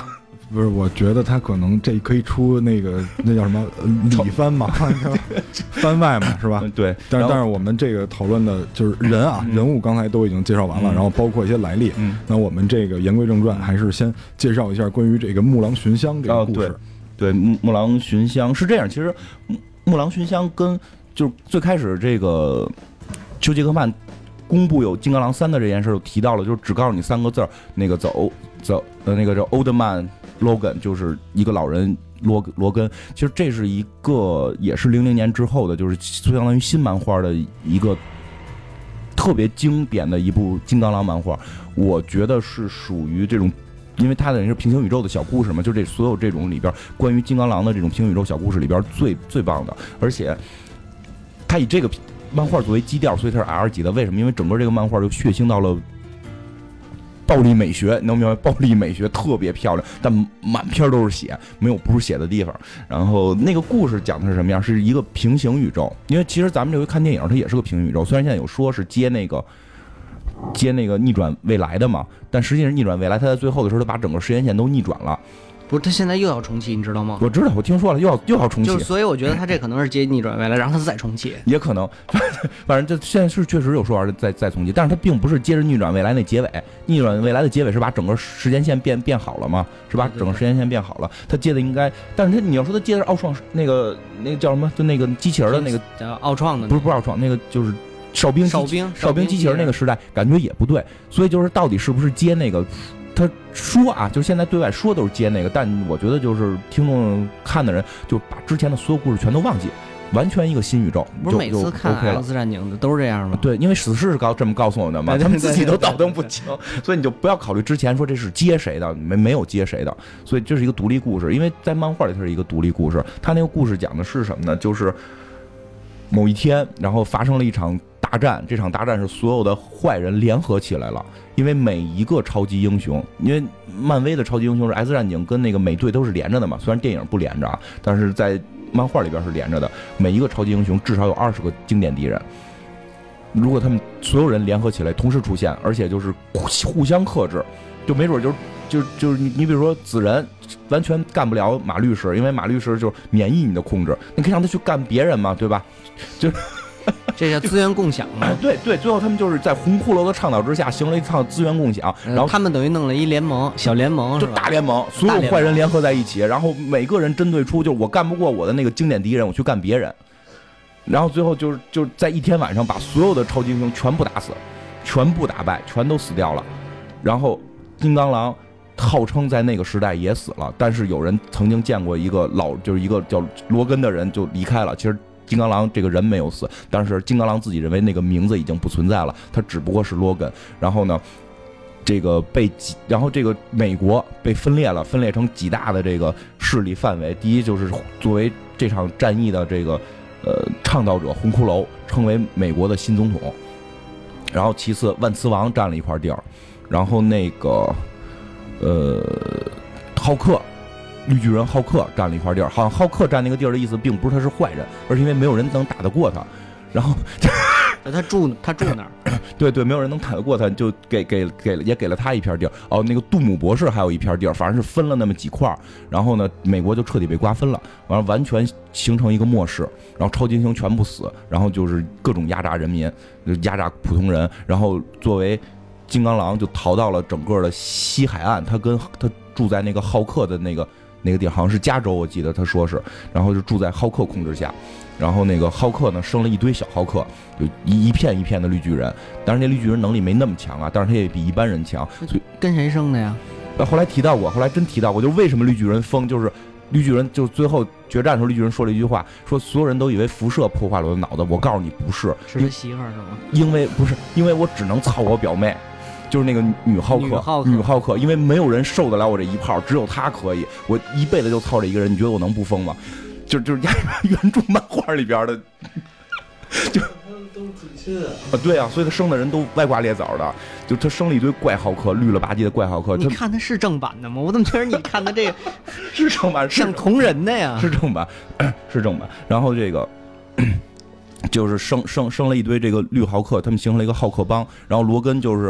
不是，我觉得他可能这可以出那个那叫什么里番嘛，番外嘛，是吧？ 对。 但是但是我们这个讨论的就是人啊，人物刚才都已经介绍完了， 嗯、 然后包括一些来历。 嗯。 那我们这个言归正传，还是先介绍一下关于这个木狼寻香这个故事。 哦、对，对，木狼寻香是这样，其实木狼寻香跟就是最开始这个休·杰克曼公布有《金刚狼三》的这件事儿，提到了，就是只告诉你三个字儿，那个走走呃那个叫 Old Man Logan， 就是一个老人罗罗根。其实这是一个也是零零年之后的，就是相当于新漫画的一个特别经典的一部金刚狼漫画，我觉得是属于这种。因为它等于是平行宇宙的小故事嘛，就这所有这种里边关于金刚狼的这种平行宇宙小故事里边最最棒的，而且它以这个漫画作为基调，所以它是 R 级的。为什么？因为整个这个漫画就血腥到了暴力美学，你能明白？暴力美学特别漂亮，但满篇都是血，没有不是血的地方。然后那个故事讲的是什么样？是一个平行宇宙。因为其实咱们这回看电影，它也是个平行宇宙，虽然现在有说是接那个。接那个逆转未来的嘛，但实际上逆转未来，他在最后的时候，他把整个时间线都逆转了。 不是，他现在又要重启，你知道吗？ 我知道，我听说了，又要又要重启。 就是，所以我觉得他这可能是接逆转未来，然后他再重启， 也可能。反正这现在是确实有说法再再重启，但是他并不是接着逆转未来那结尾。逆转未来的结尾是把整个时间线变变好了嘛，是吧？整个时间线变好了，他接的应该，但是他你要说他接的是奥创那个那个叫什么，就那个机器人的那个叫奥创的， 不是不是奥创，那个就是。哨兵哨兵哨兵机器人那个时代感觉也不对，所以就是到底是不是接那个？他说啊，就是现在对外说都是接那个，但我觉得就是听众看的人就把之前的所有故事全都忘记，完全一个新宇宙。 不是每次看 X 战警的都是这样吗？ 对，因为死侍是告这么告诉我的嘛，他们自己都倒腾不清，所以你就不要考虑之前说这是接谁的，没没有接谁的，所以这是一个独立故事。因为在漫画里它是一个独立故事，它那个故事讲的是什么呢？就是某一天，然后发生了一场。大战，这场大战是所有的坏人联合起来了，因为每一个超级英雄，因为漫威的超级英雄是 X 战警跟那个美队都是连着的嘛，虽然电影不连着啊，但是在漫画里边是连着的。每一个超级英雄至少有二十个经典敌人，如果他们所有人联合起来同时出现，而且就是互相克制，就没准就是就就是你你比如说紫人完全干不了马律师，因为马律师就是免疫你的控制，你可以让他去干别人嘛，对吧？就。 这叫资源共享嘛？ 对对，最后他们就是在红骷髅的倡导之下，行了一趟资源共享，然后他们等于弄了一联盟，小联盟， 就大联盟，所有坏人联合在一起，然后每个人针对出，就是我干不过我的那个经典敌人，我去干别人，然后最后就是就在一天晚上把所有的超级英雄全部打死，全部打败，全都死掉了，然后金刚狼号称在那个时代也死了，但是有人曾经见过一个老，就是一个叫罗根的人就离开了，其实。金刚狼这个人没有死，但是金刚狼自己认为那个名字已经不存在了，他只不过是罗根。然后呢，这个被然后这个美国被分裂了，分裂成几大的这个势力范围。第一就是作为这场战役的这个呃倡导者红骷髅成为美国的新总统，然后其次万磁王占了一块地儿，然后那个呃浩克。绿巨人浩克占了一块地儿，好像浩克占那个地儿的意思，并不是他是坏人，而是因为没有人能打得过他。然后他住他住那儿， 对对，没有人能打得过他，就给给给了也给了他一片地儿。哦，那个杜姆博士还有一片地儿，反正是分了那么几块。然后呢，美国就彻底被瓜分了，完了完全形成一个末世，然后超级英雄全部死，然后就是各种压榨人民，就压榨普通人。然后作为金刚狼就逃到了整个的西海岸，他跟他住在那个浩克的那个。那个地方好像是加州，我记得他说是，然后就住在浩克控制下，然后那个浩克呢生了一堆小浩克，就一一片一片的绿巨人，当然那绿巨人能力没那么强啊，但是他也比一般人强。所以跟谁生的呀？ 那后来提到过，后来真提到过，就是为什么绿巨人疯，就是绿巨人就最后决战的时候，绿巨人说了一句话，说所有人都以为辐射破坏了我的脑子，我告诉你不是， 是他媳妇儿是吗？ 因为不是，因为我只能操我表妹。就是那个女浩克，女浩克，因为没有人受得了我这一炮，只有她可以。我一辈子就操这一个人，你觉得我能不疯吗？就就是原著漫画里边的，就都是准确啊。 对啊，所以他生的人都歪瓜裂枣的，就他生了一堆怪浩克，绿了吧唧的怪浩克。 你看他是正版的吗？我怎么觉得你看的这个是正版， 像同人的呀？ 是正版，是正版。然后这个。就是生生生了一堆这个绿浩克，他们形成了一个浩克帮，然后罗根就是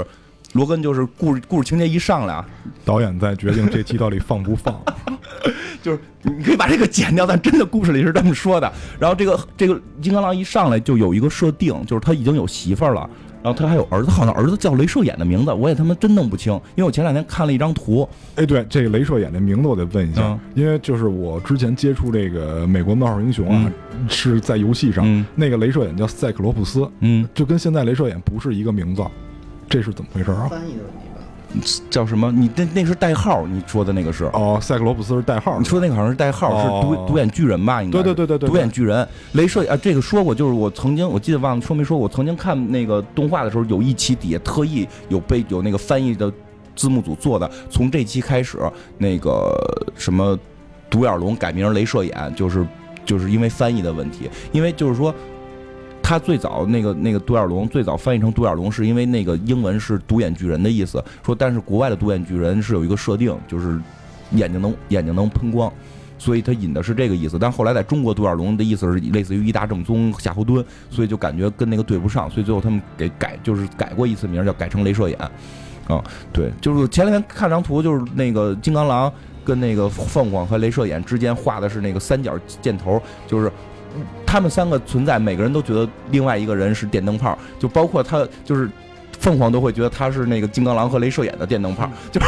罗根就是故事故事情节一上来啊， 导演在决定这期到底放不放。 就是你可以把这个剪掉，但真的故事里是这么说的。然后这个这个金刚狼一上来就有一个设定，就是他已经有媳妇儿了，然后他还有儿子，好像儿子叫镭射眼的名字，我也他妈真弄不清，因为我前两天看了一张图。 哎，对，这个镭射眼的名字我得问一下， 嗯、 因为就是我之前接触这个美国漫画英雄啊，嗯、是在游戏上， 嗯、 那个镭射眼叫赛克罗普斯， 嗯， 就跟现在镭射眼不是一个名字，这是怎么回事啊？ 翻译的问题吧。 叫什么？你那那是代号，你说的那个是哦，赛克罗普斯是代号， 你说那个好像是代号， 哦、 是独独眼巨人吧？应该对对对对对， 独眼巨人，镭射啊，这个说过，就是我曾经我记得忘了说没说，我曾经看那个动画的时候，有一期底下特意有被有那个翻译的字幕组做的，从这期开始，那个什么独眼龙改名镭射眼，就是就是因为翻译的问题，因为就是说。他最早那个那个独眼龙最早翻译成独眼龙，是因为那个英文是独眼巨人的意思。说但是国外的独眼巨人是有一个设定，就是眼睛能眼睛能喷光，所以他引的是这个意思。但后来在中国独眼龙的意思是类似于一大正宗夏侯惇，所以就感觉跟那个对不上，所以最后他们给改就是改过一次名，叫改成镭射眼。啊，对，就是前两天看张图，就是那个金刚狼跟那个凤凰和镭射眼之间画的是那个三角箭头，就是。他们三个存在，每个人都觉得另外一个人是电灯泡，就包括他，就是凤凰都会觉得他是那个金刚狼和镭射眼的电灯泡，就是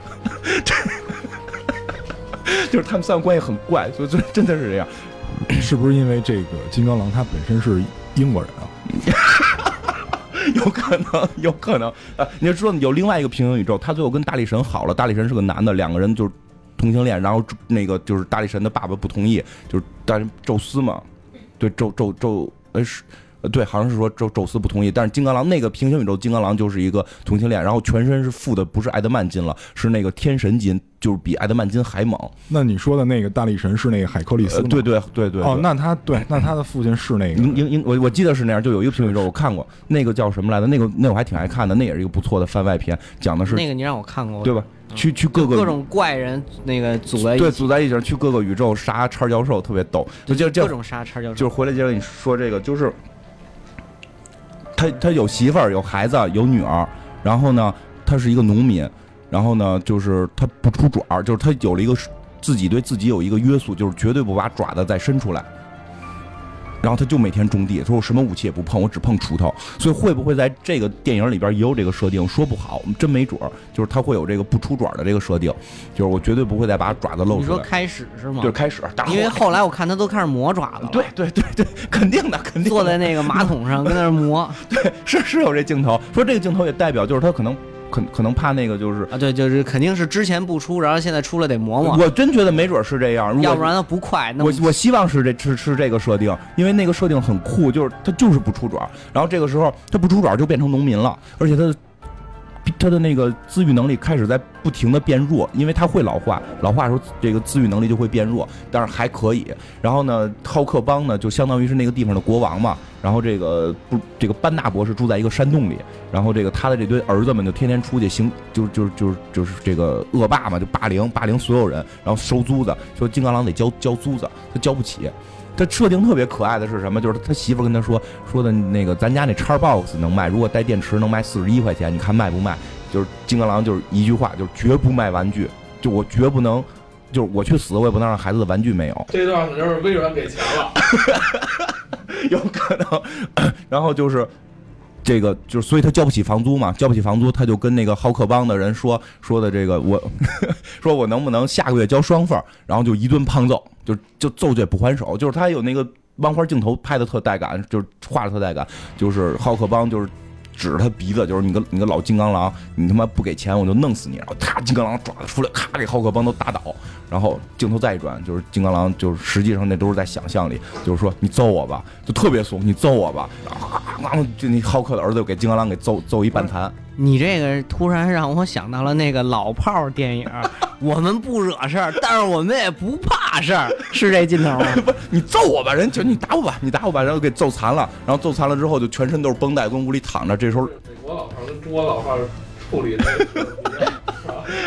就是他们三个关系很怪，所以真的是这样。 是不是因为这个金刚狼他本身是英国人啊？ 有可能，有可能啊！你就说有另外一个平行宇宙，他最后跟大力神好了，大力神是个男的，两个人就是同性恋，然后那个就是大力神的爸爸不同意，就是大宙斯嘛。对宙宙宙，呃是，呃对，好像是说宙宙斯不同意，但是金刚狼那个平行宇宙金刚狼就是一个同性恋，然后全身是附的不是艾德曼金了，是那个天神金，就是比艾德曼金还猛。 那你说的那个大力神是那个海克力斯吗？ 呃、对对对 对, 对。 哦，那他对，那他的父亲是那个。 英英我我记得是那样，就有一个平行宇宙我看过，那个叫什么来的？那个那我还挺爱看的，那也是一个不错的番外篇，讲的是那个你让我看过， 对吧？去去各个各种怪人那个组在一起， 对，组在一起去各个宇宙杀叉教授，特别逗。就就各种杀叉教授。 就是回来接着你说这个，就是他他有媳妇儿，有孩子，有女儿，然后呢，他是一个农民，然后呢，就是他不出爪，就是他有了一个自己对自己有一个约束，就是绝对不把爪子再伸出来。然后他就每天种地，说我什么武器也不碰，我只碰锄头。所以会不会在这个电影里边也有这个设定？说不好，真没准儿。就是他会有这个不出爪的这个设定，就是我绝对不会再把爪子露出来。 你说开始是吗？ 对，开始。 因为后来我看他都开始磨爪子了。 对对对对，肯定的，肯定的。 坐在那个马桶上跟那儿磨。 对，是是有这镜头。说这个镜头也代表就是他可能。可可能怕那个就是啊，对，就是肯定是之前不出，然后现在出了得磨磨。 我真觉得没准是这样， 要不然它不快。 我我希望是这是是这个设定，因为那个设定很酷，就是他就是不出爪，然后这个时候他不出爪就变成农民了，而且他的他的那个自愈能力开始在不停的变弱，因为他会老化，老化的时候这个自愈能力就会变弱，但是还可以。然后呢，浩克邦呢就相当于是那个地方的国王嘛。然后这个不，这个班纳博士住在一个山洞里，然后这个他的这堆儿子们就天天出去行，就就就就是这个恶霸嘛，就霸凌霸凌所有人，然后收租子，说金刚狼得交交租子，他交不起。他设定特别可爱的是什么？就是他媳妇跟他说说的那个，咱家那叉 box 能卖，如果带电池能卖四十一块钱，你看卖不卖？就是金刚狼就是一句话，就是绝不卖玩具，就我绝不能，就是我去死我也不能让孩子的玩具没有。 这段可能是微软给钱了。 有可能，然后就是这个，就是所以他交不起房租嘛，交不起房租，他就跟那个浩克帮的人说说的这个，我说我能不能下个月交双份，然后就一顿胖揍，就就揍就也不还手，就是他有那个漫画镜头拍的特带感，就是画的特带感，就是浩克帮就是指着他鼻子，就是你个你个老金刚狼，你他妈不给钱我就弄死你，然后他金刚狼爪子出来，咔给浩克帮都打倒，然后镜头再一转，就是金刚狼就是实际上那都是在想象里，就是说你揍我吧，就特别怂，你揍我吧，然后就那浩克的儿子就给金刚狼给揍揍一半残。 你这个突然让我想到了那个老炮电影，我们不惹事儿，但是我们也不怕事儿，是这劲头吗？ 不，你揍我吧，人就你打我吧，你打我吧，然后给揍残了，然后揍残了之后就全身都是绷带，跟屋里躺着。这时候， 美国老炮跟中国老炮处理这个，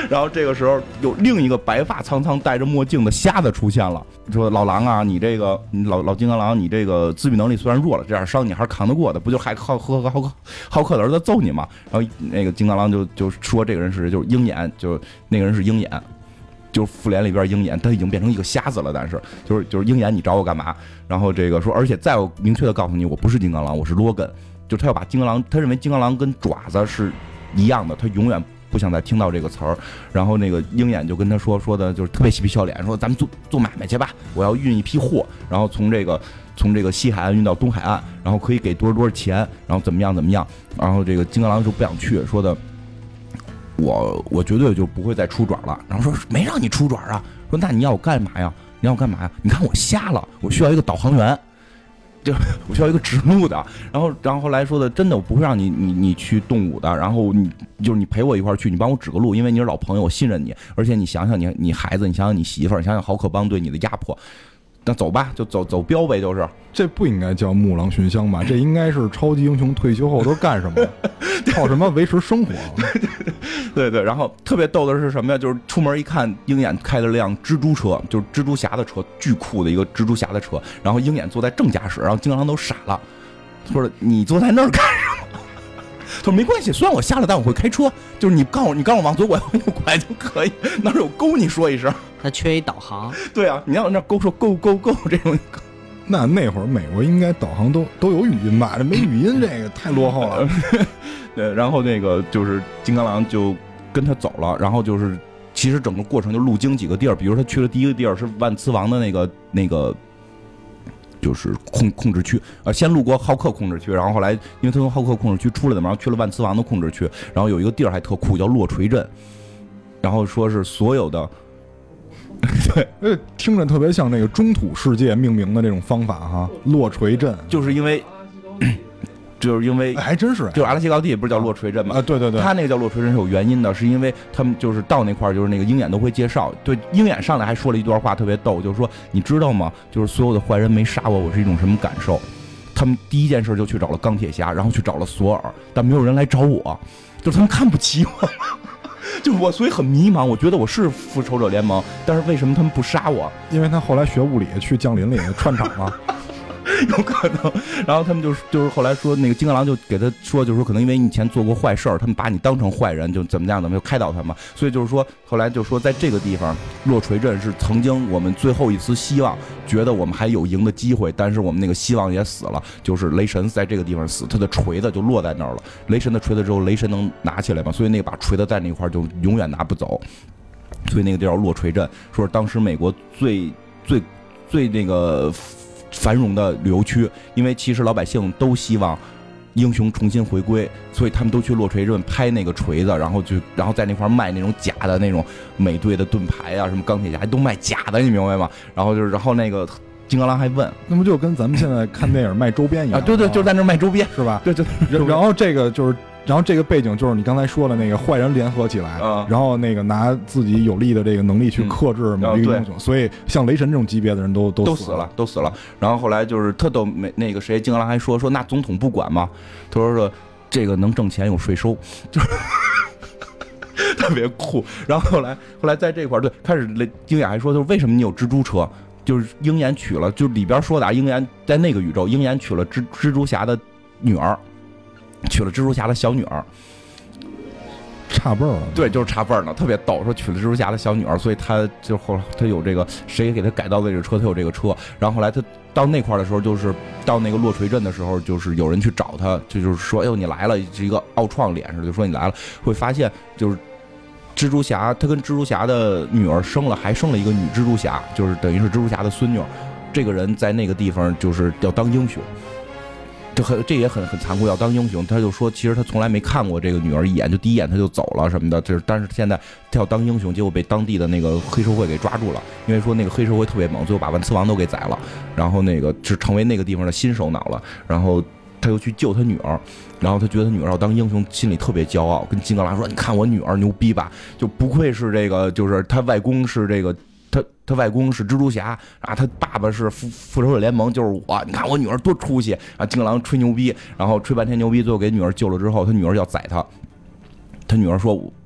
然后这个时候有另一个白发苍苍戴着墨镜的瞎子出现了，说老狼啊，你这个你老老金刚狼，你这个自愈能力虽然弱了，这点伤你还是扛得过的，不就还浩浩浩浩浩克的儿子揍你吗？然后那个金刚狼就就说这个人是就是鹰眼，就那个人是鹰眼。就是复联里边鹰眼，他已经变成一个瞎子了，但是就是就是鹰眼，你找我干嘛？然后这个说，而且再有明确的告诉你，我不是金刚狼，我是罗根。就他要把金刚狼，他认为金刚狼跟爪子是一样的，他永远不想再听到这个词儿。然后那个鹰眼就跟他说说的，就是特别嬉皮笑脸，说咱们做做买卖去吧，我要运一批货，然后从这个从这个西海岸运到东海岸，然后可以给多少多少钱，然后怎么样怎么样。然后这个金刚狼就不想去，说的。我我绝对就不会再出爪了，然后说没让你出爪啊，说那你要我干嘛呀？你要我干嘛呀？你看我瞎了，我需要一个导航员，就我需要一个指路的。然后然后后来说的，真的我不会让你你你去动武的，然后你就是你陪我一块儿去，你帮我指个路，因为你是老朋友，我信任你，而且你想想你你孩子，你想想你媳妇儿，你想想豪克帮对你的压迫。那走吧，就走走标呗，就是这不应该叫木狼寻香吧？这应该是超级英雄退休后都干什么？靠什么维持生活？ 对对，然后特别逗的是什么呀？就是出门一看，鹰眼开了辆蜘蛛车，就是蜘蛛侠的车，巨酷的一个蜘蛛侠的车。然后鹰眼坐在正驾驶，然后金刚狼都傻了，说：“你坐在那儿干什么？”他说：“没关系，虽然我瞎了，但我会开车。就是你告诉我，你告诉我往左，我往右拐就可以。哪有沟你说一声。” 他缺一导航。 对啊，你要那勾说勾勾勾这种。 那那会儿美国应该导航都都有语音吧？这没语音，这个太落后了。 对，然后那个就是金刚狼就跟他走了，然后就是其实整个过程就路经几个地儿，比如他去了第一个地儿是万磁王的那个那个。就是控控制区，呃，先路过浩克控制区，然后后来因为他从浩克控制区出来的嘛，然后去了万磁王的控制区，然后有一个地儿还特酷，叫落锤镇，然后说是所有的， 对，呃，听着特别像那个中土世界命名的这种方法哈，落锤镇， 就是因为。就是因为、 哎、还真是， 就是阿拉西高地不是叫落锤镇吗？ 啊，对对对， 他那个叫落锤镇是有原因的，是因为他们就是到那块儿，就是那个鹰眼都会介绍。对，鹰眼上来还说了一段话特别逗，就是说你知道吗？就是所有的坏人没杀我，我是一种什么感受？他们第一件事就去找了钢铁侠，然后去找了索尔，但没有人来找我，就是他们看不起我。就我所以很迷茫，我觉得我是复仇者联盟，但是为什么他们不杀我？ 因为他后来学物理去降临里串场了。 有可能，然后他们就就是后来说那个金刚狼就给他说，就是说可能因为你以前做过坏事儿，他们把你当成坏人，就怎么样怎么就开导他嘛。所以就是说后来就说在这个地方落锤镇是曾经我们最后一丝希望，觉得我们还有赢的机会，但是我们那个希望也死了，就是雷神在这个地方死，他的锤子就落在那儿了。雷神的锤子之后，雷神能拿起来嘛？所以那把锤子在那块就永远拿不走。所以那个地方落锤镇，说是当时美国最最最那个。繁荣的旅游区，因为其实老百姓都希望英雄重新回归，所以他们都去落锤镇拍那个锤子，然后就然后在那块卖那种假的那种美队的盾牌啊，什么钢铁侠都卖假的，你明白吗？然后就是然后那个金刚狼还问， 那不就跟咱们现在看电影卖周边一样？ 啊，对对，就在那卖周边， 是吧？ 对对。 然后这个就是。然后这个背景就是你刚才说的那个坏人联合起来， 嗯、 然后那个拿自己有利的这个能力去克制某一个英雄， 嗯、 所以像雷神这种级别的人都都都死了，都死了。然后后来就是他都没那个谁，金刚狼还说说那总统不管吗？他说说这个能挣钱有税收，就是特别酷。然后后来后来在这块儿对开始鹰眼还说就是为什么你有蜘蛛车？就是鹰眼娶了，就是里边说的啊，鹰眼在那个宇宙，鹰眼娶了蜘蜘蛛侠的女儿。娶了蜘蛛侠的小女儿， 差辈儿了。 对，就是差辈儿呢，特别逗。说娶了蜘蛛侠的小女儿，所以他就后来他有这个谁给他改造的这个车，他有这个车。然后后来他到那块儿的时候，就是到那个落锤镇的时候，就是有人去找他，就就是说，哎呦你来了，是一个奥创脸似的，就说你来了，会发现就是蜘蛛侠，他跟蜘蛛侠的女儿生了，还生了一个女蜘蛛侠，就是等于是蜘蛛侠的孙女。这个人在那个地方就是要当英雄。这很这也很很残酷，要当英雄。他就说，其实他从来没看过这个女儿一眼，就第一眼他就走了什么的。就是，但是现在他要当英雄，结果被当地的那个黑社会给抓住了。因为说那个黑社会特别猛，最后把万磁王都给宰了，然后那个是成为那个地方的新首脑了。然后他又去救他女儿，然后他觉得他女儿要当英雄，心里特别骄傲，跟金刚狼说：“你看我女儿牛逼吧？就不愧是这个，就是他外公是这个。”他他外公是蜘蛛侠啊，他爸爸是复复仇者联盟，就是我。你看我女儿多出息啊！金刚狼吹牛逼，然后吹半天牛逼，最后给女儿救了之后，他女儿要宰他。他女儿说：“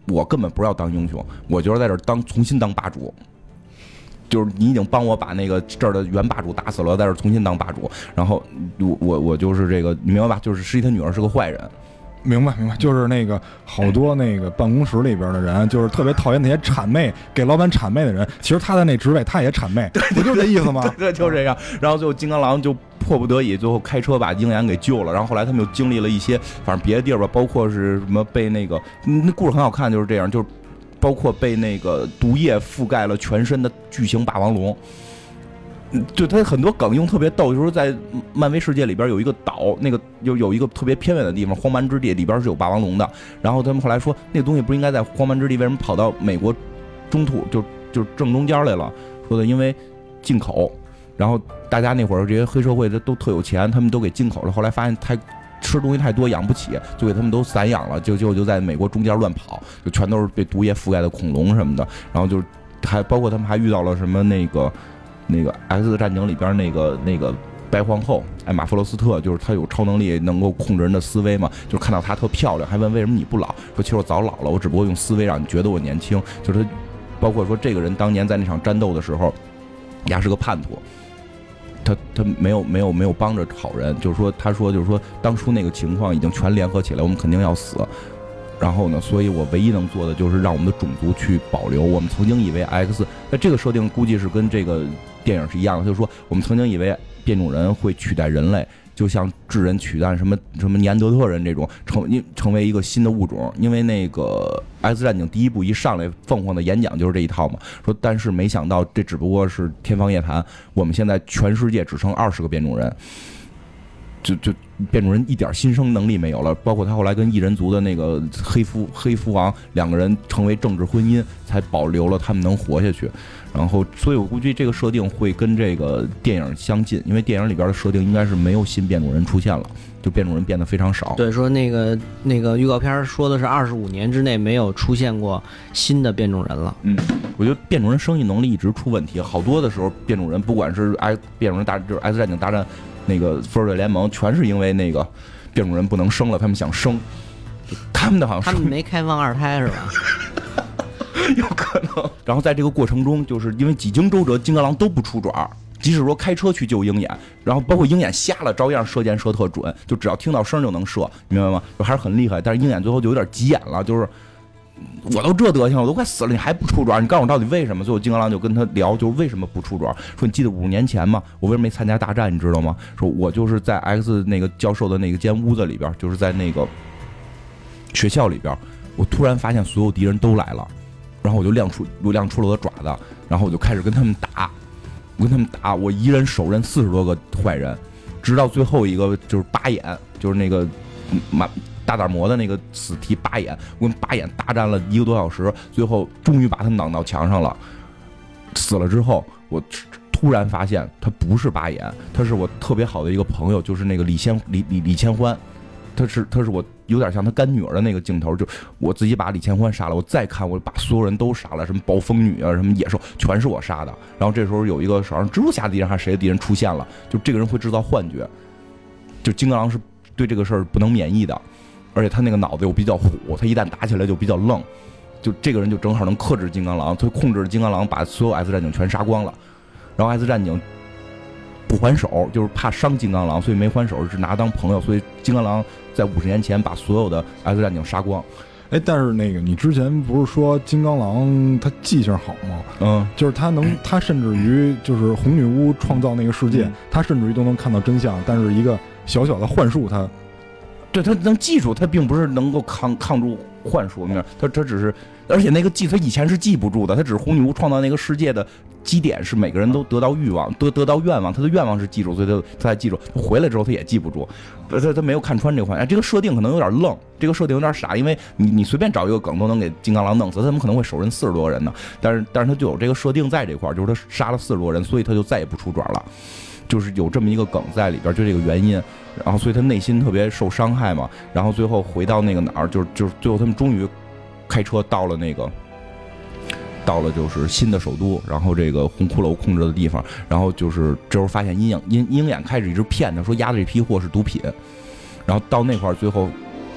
我根本不是要当英雄，我就是在这儿当重新当霸主。就是你已经帮我把那个这儿的原霸主打死了，在这儿重新当霸主，然后我我我就是这个，你明白吧？就是实际他女儿是个坏人。 明白明白，就是那个好多那个办公室里边的人，就是特别讨厌那些谄媚给老板谄媚的人。其实他在那职位，他也谄媚，不就这意思吗？ 对，就这样。然后最后金刚狼就迫不得已，最后开车把鹰眼给救了。然后后来他们又经历了一些，反正别的地儿吧，包括是什么被那个那故事很好看，就是这样，就是包括被那个毒液覆盖了全身的巨型霸王龙。就他很多梗用特别逗，就是在漫威世界里边有一个岛，那个有有一个特别偏远的地方，荒蛮之地里边是有霸王龙的。然后他们后来说，那个东西不应该在荒蛮之地，为什么跑到美国中土就就正中间来了？说的因为进口，然后大家那会儿这些黑社会的都特有钱，他们都给进口了。后来发现太吃东西太多养不起，就给他们都散养了，就就就在美国中间乱跑，就全都是被毒液覆盖的恐龙什么的。然后就还包括他们还遇到了什么那个。那个 X 战警里边那个那个白皇后艾玛·弗罗斯特，就是她有超能力，能够控制人的思维嘛。就是看到她特漂亮，还问为什么你不老？说其实我早老了，我只不过用思维让你觉得我年轻。就是她，包括说这个人当年在那场战斗的时候，也是个叛徒，他他没有没有没有帮着好人，就是说他说就是说当初那个情况已经全联合起来，我们肯定要死。然后呢，所以我唯一能做的就是让我们的种族去保留。我们曾经以为 X， 那这个设定估计是跟这个电影是一样的，就是说我们曾经以为变种人会取代人类，就像智人取代什么什么尼安德特人这种，成成为一个新的物种。因为那个 X 战警第一部一上来，凤凰的演讲就是这一套嘛，说但是没想到这只不过是天方夜谭，我们现在全世界只剩二十个变种人。就就变种人一点新生能力没有了，包括他后来跟异人族的那个黑夫黑夫王两个人成为政治婚姻，才保留了他们能活下去。然后，所以我估计这个设定会跟这个电影相近，因为电影里边的设定应该是没有新变种人出现了，就变种人变得非常少。 对，说那个那个预告片说的是二十五年之内没有出现过新的变种人了。 嗯，我觉得变种人生育能力一直出问题，好多的时候变种人不管是 X 变种人大就是 X 战警大战。那个复仇者联盟全是因为那个变种人不能生了，他们想生，他们的好像他们没开放二胎是吧？ 有可能。然后在这个过程中，就是因为几经周折，金刚狼都不出爪，即使说开车去救鹰眼，然后包括鹰眼瞎了，照样射箭射特准，就只要听到声就能射，明白吗？就还是很厉害。但是鹰眼最后就有点急眼了，就是。我都这德行了，我都快死了，你还不出爪？你告诉我到底为什么？最后金刚狼就跟他聊，就是为什么不出爪？说你记得五年前吗？我为什么没参加大战？你知道吗？说我就是在 X 那个教授的那个间屋子里边，就是在那个学校里边，我突然发现所有敌人都来了，然后我就亮出，我亮出了我的爪子，然后我就开始跟他们打，我跟他们打，我一人手刃四十多个坏人，直到最后一个就是八眼，就是那个马。大胆魔的那个死敌八眼，我跟八眼大战了一个多小时，最后终于把他挡到墙上了。死了之后，我突然发现他不是八眼，他是我特别好的一个朋友，就是那个李千李李李千欢，他是他是我有点像他干女儿的那个镜头，就我自己把李千欢杀了，我再看我把所有人都杀了，什么暴风女啊，什么野兽，全是我杀的。然后这时候有一个手上蜘蛛侠的敌人还是谁的敌人出现了，就这个人会制造幻觉，就金刚狼是对这个事儿不能免疫的。而且他那个脑子又比较虎，他一旦打起来就比较愣，就这个人就正好能克制金刚狼，他控制金刚狼把所有 X 战警全杀光了，然后 X 战警不还手，就是怕伤金刚狼，所以没还手，是拿当朋友，所以金刚狼在五十年前把所有的 X 战警杀光。 哎，但是那个你之前不是说金刚狼他记性好吗？ 嗯， 就是他能，他甚至于就是红女巫创造那个世界，嗯、他甚至于都能看到真相，但是一个小小的幻术他。 对，他能记住，他并不是能够抗抗住幻术面，他他只是，而且那个记他以前是记不住的，他只是红女巫创造那个世界的基点是每个人都得到欲望，得得到愿望，他的愿望是记住，所以他他才记住。回来之后他也记不住，他他没有看穿这个环，哎，这个设定可能有点愣，这个设定有点傻，因为你你随便找一个梗都能给金刚狼弄死，他怎么可能会手刃四十多个人呢？但是但是他就有这个设定在这块，就是他杀了四十多人，所以他就再也不出爪了。就是有这么一个梗在里边，就这个原因，然后所以他内心特别受伤害嘛，然后最后回到那个哪儿，就是就是最后他们终于开车到了那个，到了就是新的首都，然后这个红骷髅控制的地方，然后就是这时候发现阴影阴鹰眼开始一直骗他说押的这批货是毒品，然后到那块儿最后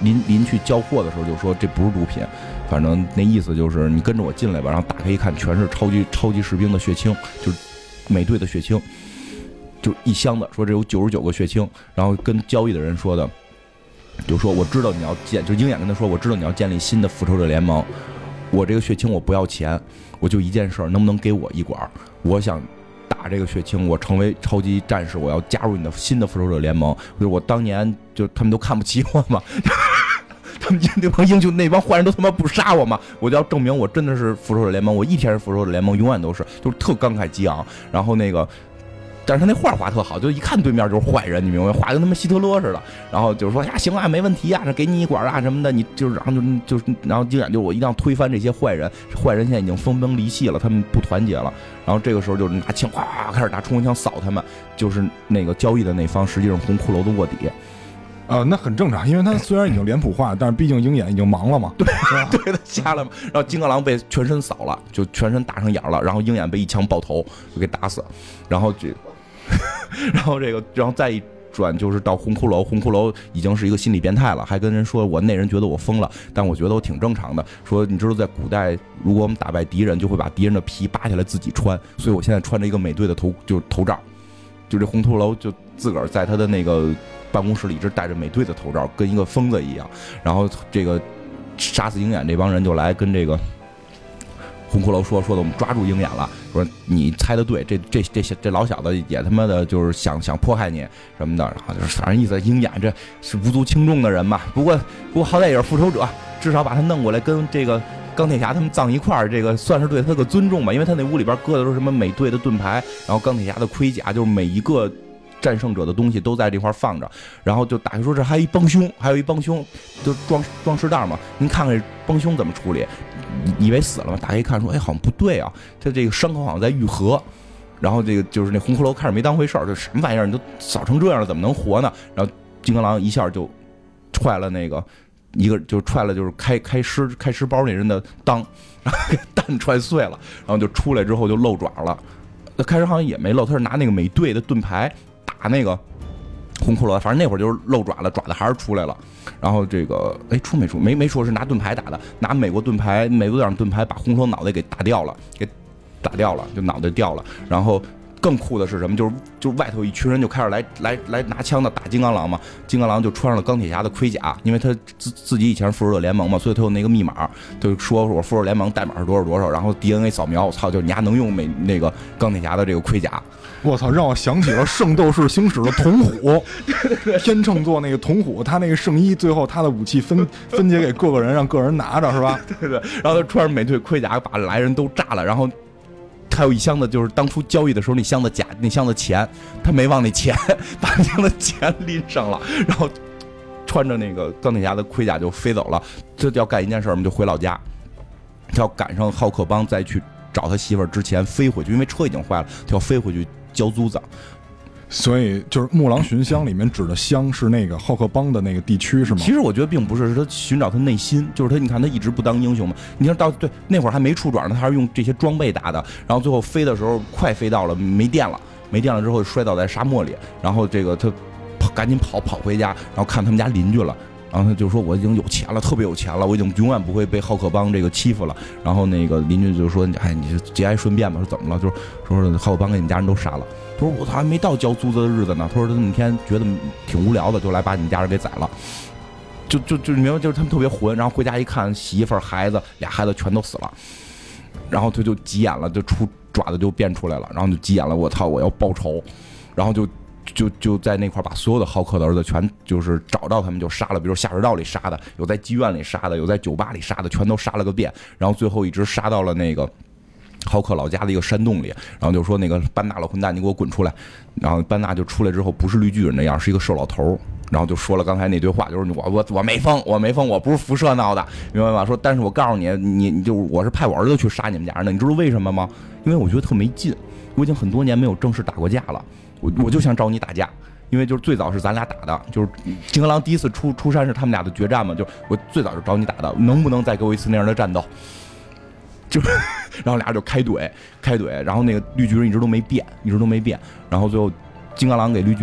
临临去交货的时候就说这不是毒品，反正那意思就是你跟着我进来吧。然后打开一看，全是超级超级士兵的血清，就是美队的血清，就一箱子，说这有九十九个血清。然后跟交易的人说的，就说我知道你要建，就鹰眼跟他说，我知道你要建立新的复仇者联盟，我这个血清我不要钱，我就一件事，能不能给我一管？我想打这个血清，我成为超级战士，我要加入你的新的复仇者联盟。就是我当年就他们都看不起我嘛，他们那帮英雄那帮坏人都他妈不杀我嘛，我就要证明我真的是复仇者联盟，我一天是复仇者联盟，永远都是，就是特慷慨激昂。然后那个。但是他那画画特好，就一看对面就是坏人，你明白？画的跟他妈希特勒似的。然后就是说呀，行啊，没问题呀，这给你一管啊什么的，你就是然后就就然后鹰眼就我一定要推翻这些坏人，坏人现在已经分崩离析了，他们不团结了。然后这个时候就是拿枪哗开始拿冲锋枪扫他们，就是那个交易的那方实际上红骷髅的卧底。 呃，那很正常，因为他虽然已经脸谱化，但是毕竟鹰眼已经盲了嘛， 对对，他瞎了嘛。然后金刚狼被全身扫了，就全身打上眼了，然后鹰眼被一枪爆头就给打死，然后这。然后这个，然后再一转就是到红骷髅，红骷髅已经是一个心理变态了，还跟人说我那人觉得我疯了，但我觉得我挺正常的。说你知道在古代，如果我们打败敌人，就会把敌人的皮扒下来自己穿，所以我现在穿着一个美队的头就头罩，就这红骷髅就自个儿在他的那个办公室里一直戴着美队的头罩，跟一个疯子一样。然后这个杀死鹰眼这帮人就来跟这个。红骷髅说说的，我们抓住鹰眼了。说你猜的对，这这这这老小子也他妈的就是想想迫害你什么的。然后就是反正意思，鹰眼这是无足轻重的人嘛。不过不过好歹也是复仇者，至少把他弄过来跟这个钢铁侠他们葬一块儿，这个算是对他个尊重吧。因为他那屋里边搁的都是什么美队的盾牌，然后钢铁侠的盔甲，就是每一个。战胜者的东西都在这块放着，然后就打开说这还有一帮凶，还有一帮凶，就装装饰袋嘛。您看看这帮凶怎么处理？以为死了嘛？打开一看说，哎，好像不对啊，他这个伤口好像在愈合。然后这个就是那红骷髅开始没当回事儿，这什么玩意儿？你都扫成这样了，怎么能活呢？然后金刚狼一下就踹了那个一个，就踹了就是开开尸开尸包那人的裆，然后给蛋踹碎了，然后就出来之后就露爪了。开始好像也没露，他是拿那个美队的盾牌。打那个红骷髅，反正那会儿就是露爪了，爪子还是出来了。然后这个，哎，出没出？没没说是拿盾牌打的，拿美国盾牌，美国队长盾牌把红骷髅脑袋给打掉了，给打掉了，就脑袋掉了。然后更酷的是什么？就是就是外头一群人就开始来来来拿枪的打金刚狼嘛。金刚狼就穿上了钢铁侠的盔甲，因为他自自己以前是复仇者联盟嘛，所以他有那个密码，就说我复仇者联盟代码是多少多少，然后 D N A 扫描，我操，就你还能用美那个钢铁侠的这个盔甲。 我操，让我想起了《圣斗士星矢》的铜虎，天秤座那个铜虎，他那个圣衣，最后他的武器分分解给各个人，让各人拿着，是吧？ 对对。然后他穿着美队盔甲，把来人都炸了。然后还有一箱子，就是当初交易的时候那箱子假，那箱子钱，他没忘那钱，把那箱子钱拎上了，然后穿着那个钢铁侠的盔甲就飞走了。这就要干一件事，我们就回老家，要赶上浩克帮再去找他媳妇儿之前飞回去，因为车已经坏了，他要飞回去。交租子， 所以就是木狼寻香里面指的香是那个浩克帮的那个地区是吗？ 其实我觉得并不是，是他寻找他内心，就是他，你看他一直不当英雄嘛。你看到对那会儿还没出爪呢，他还是用这些装备打的，然后最后飞的时候快飞到了没电了，没电了之后摔倒在沙漠里，然后这个他跑赶紧跑跑回家，然后看他们家邻居了。然后他就说我已经有钱了，特别有钱了，我已经永远不会被浩克帮这个欺负了。然后那个邻居就说，哎，你节哀顺变吧。说怎么了？就是说浩克帮给你们家人都杀了。他说我操，还没到交租子的日子呢。他说他那天觉得挺无聊的，就来把你们家人给宰了。就就就明白，就是他们特别混。然后回家一看，媳妇儿孩子俩孩子全都死了。然后他就急眼了，就出爪子就变出来了，然后就急眼了，我操，我要报仇。然后就就就在那块把所有的浩克的儿子全就是找到他们就杀了，比如下水道里杀的，有在妓院里杀的，有在酒吧里杀的，全都杀了个遍。然后最后一直杀到了那个浩克老家的一个山洞里，然后就说那个班纳老混蛋，你给我滚出来。然后班纳就出来之后不是绿巨人那样，是一个瘦老头，然后就说了刚才那堆话，就是我我我没疯，我没疯，我不是辐射闹的，明白吗？说但是我告诉你，你你就我是派我儿子去杀你们家人的，你知道为什么吗？因为我觉得特没劲，我已经很多年没有正式打过架了。我我就想找你打架，因为就是最早是咱俩打的，就是金刚狼第一次出出山是他们俩的决战嘛，就我最早就找你打的，能不能再给我一次那样的战斗？就然后俩人就开怼开怼，然后那个绿巨人一直都没变，一直都没变，然后最后金刚狼给绿巨人打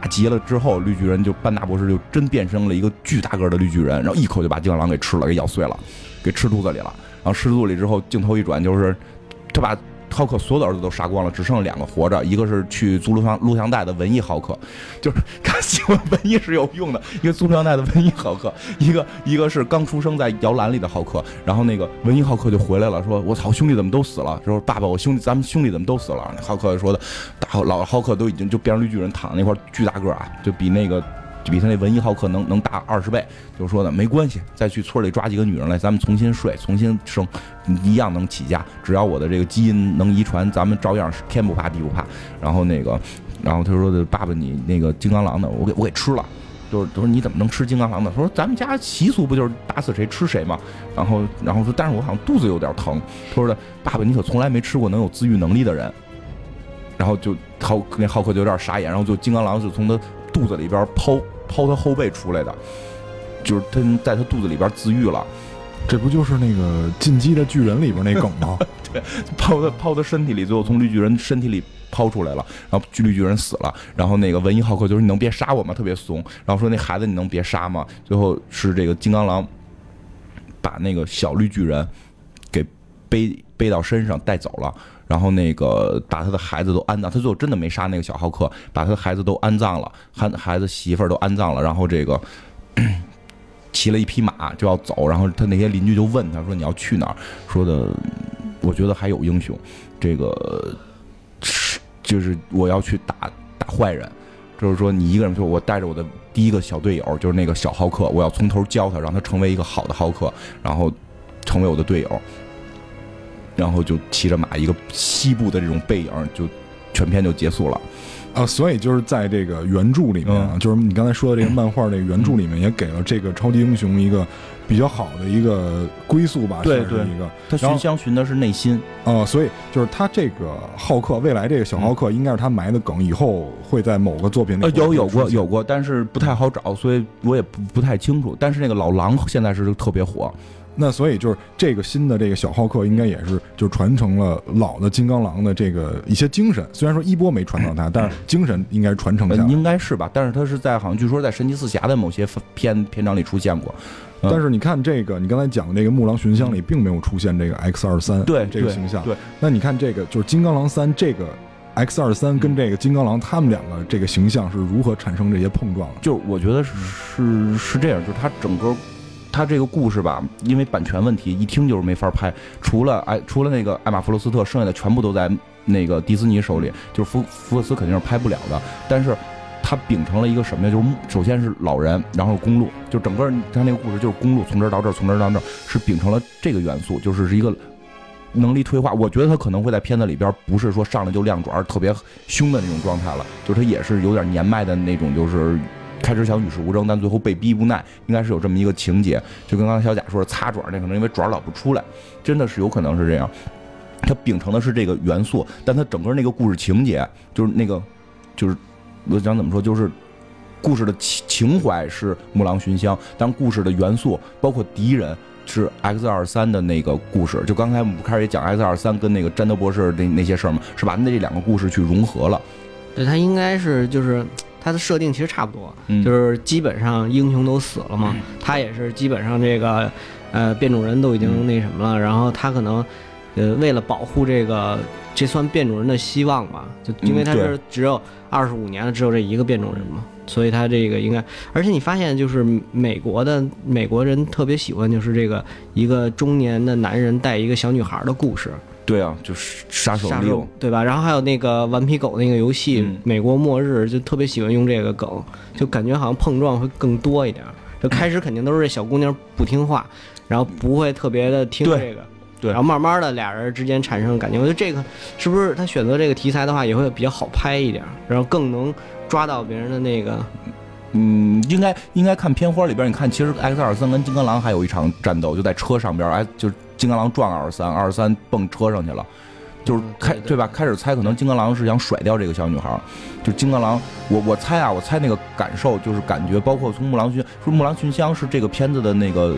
打急了之后，绿巨人就班纳博士就真变成了一个巨大个的绿巨人，然后一口就把金刚狼给吃了，给咬碎了，给吃肚子里了。然后吃肚子里之后，镜头一转，就是他把浩克所有的儿子都杀光了，只剩两个活着，一个是去租录像录像带的文艺浩克，就是看新闻文艺是有用的，一个租录像带的文艺浩克，一个一个是刚出生在摇篮里的浩克。然后那个文艺浩克就回来了，说我操，兄弟怎么都死了，说爸爸我兄弟咱们兄弟怎么都死了。浩克说的大老浩克都已经就变成绿巨人躺那块巨大个啊，就比那个就比他那文艺浩克能能大二十倍，就说的没关系，再去村里抓几个女人来，咱们重新睡，重新生，一样能起家。只要我的这个基因能遗传，咱们照样是天不怕地不怕。然后那个，然后他说的爸爸，你那个金刚狼的，我给我给吃了。就是他说你怎么能吃金刚狼的？他说咱们家习俗不就是打死谁吃谁吗？然后然后说，但是我好像肚子有点疼。他说的爸爸，你可从来没吃过能有自愈能力的人。然后就浩那浩克就有点傻眼，然后就金刚狼就从他肚子里边抛抛他后背出来的，就是他在他肚子里边自愈了。 这不就是那个进击的巨人里边那梗吗？ 对，抛他抛他身体里，最后从绿巨人身体里抛出来了，然后绿巨人死了。然后那个文艺浩克就是你能别杀我吗？特别怂。然后说那孩子你能别杀吗？最后是这个金刚狼把那个小绿巨人给背背到身上带走了。然后那个把他的孩子都安葬，他最后真的没杀那个小浩克，把他的孩子都安葬了，孩孩子媳妇儿都安葬了。然后这个骑了一匹马就要走，然后他那些邻居就问他说你要去哪儿？说的我觉得还有英雄，这个就是我要去打打坏人，就是说你一个人，说我带着我的第一个小队友就是那个小浩克，我要从头教他，让他成为一个好的浩克，然后成为我的队友。然后就骑着马，一个西部的这种背影，就全片就结束了。 啊，所以就是在这个原著里面啊， 嗯、 就是你刚才说的这个漫画这个原著里面，也给了这个超级英雄一个比较好的一个归宿吧， 对对， 一个他寻香寻的是内心啊、呃，所以就是他这个浩克，未来这个小浩克应该是他埋的梗，以后会在某个作品里、 呃、有有过有过，但是不太好找，所以我也不不太清楚。但是那个老狼现在是特别火。 那所以就是这个新的这个小浩克应该也是就传承了老的金刚狼的这个一些精神，虽然说一波没传到他，但是精神应该传承下来、 呃、应该是吧。但是他是在好像据说在神奇四侠的某些篇篇章里出现过、 嗯、但是你看这个你刚才讲的这个木狼寻香里并没有出现这个 X 二十三对这个形象。 对， 那你看这个就是金刚狼三这个 X 二十三跟这个金刚狼他们两个这个形象是如何产生这些碰撞的？ 就是我觉得是是是这样，就是他整个他这个故事吧，因为版权问题，一听就是没法拍。除了哎，除了那个艾玛弗罗斯特，剩下的全部都在那个迪士尼手里，就是福福克斯肯定是拍不了的。但是他秉承了一个什么呀？就是首先是老人，然后公路，就整个他那个故事就是公路，从这儿到这儿，从这儿到这儿，是秉承了这个元素，就是是一个能力退化。我觉得他可能会在片子里边不是说上来就亮爪特别凶的那种状态了，就是他也是有点年迈的那种，就是开始想与世无争，但最后被逼无奈，应该是有这么一个情节。就跟刚才小贾说的擦爪，那可能因为爪老不出来，真的是有可能是这样。他秉承的是这个元素，但他整个那个故事情节，就是那个，就是我想怎么说，就是故事的情怀是木狼寻香，但故事的元素包括敌人是 X 二十三的那个故事。就刚才我们不开始也讲 X 二十三跟那个詹德博士那那些事儿嘛，是把那两个故事去融合了。 对，他应该是就是他的设定其实差不多， 嗯、 就是基本上英雄都死了嘛，嗯、他也是基本上这个呃变种人都已经那什么了，嗯、然后他可能呃为了保护这个这算变种人的希望吧，就因为他是只有二十五年了，只有这一个变种人嘛，所以他这个应该，而且你发现就是美国的美国人特别喜欢就是这个一个中年的男人带一个小女孩的故事。 对啊，就是杀手六， 对吧？然后还有那个顽皮狗那个游戏， 嗯、 美国末日就特别喜欢用这个梗，就感觉好像碰撞会更多一点。就开始肯定都是这小姑娘不听话，然后不会特别的听这个， 对， 然后慢慢的俩人之间产生感情。我觉得这个是不是他选择这个题材的话，也会比较好拍一点，然后更能抓到别人的那个。 嗯，应该应该看片花里边，你看，其实 X 二十三跟金刚狼还有一场战斗，就在车上边，哎，就是金刚狼撞二十三，二十三蹦车上去了，就是开、嗯、对, 对, 对吧？开始猜可能金刚狼是想甩掉这个小女孩，就金刚狼，我我猜啊，我猜那个感受就是感觉，包括从木狼寻说木狼寻香是这个片子的那个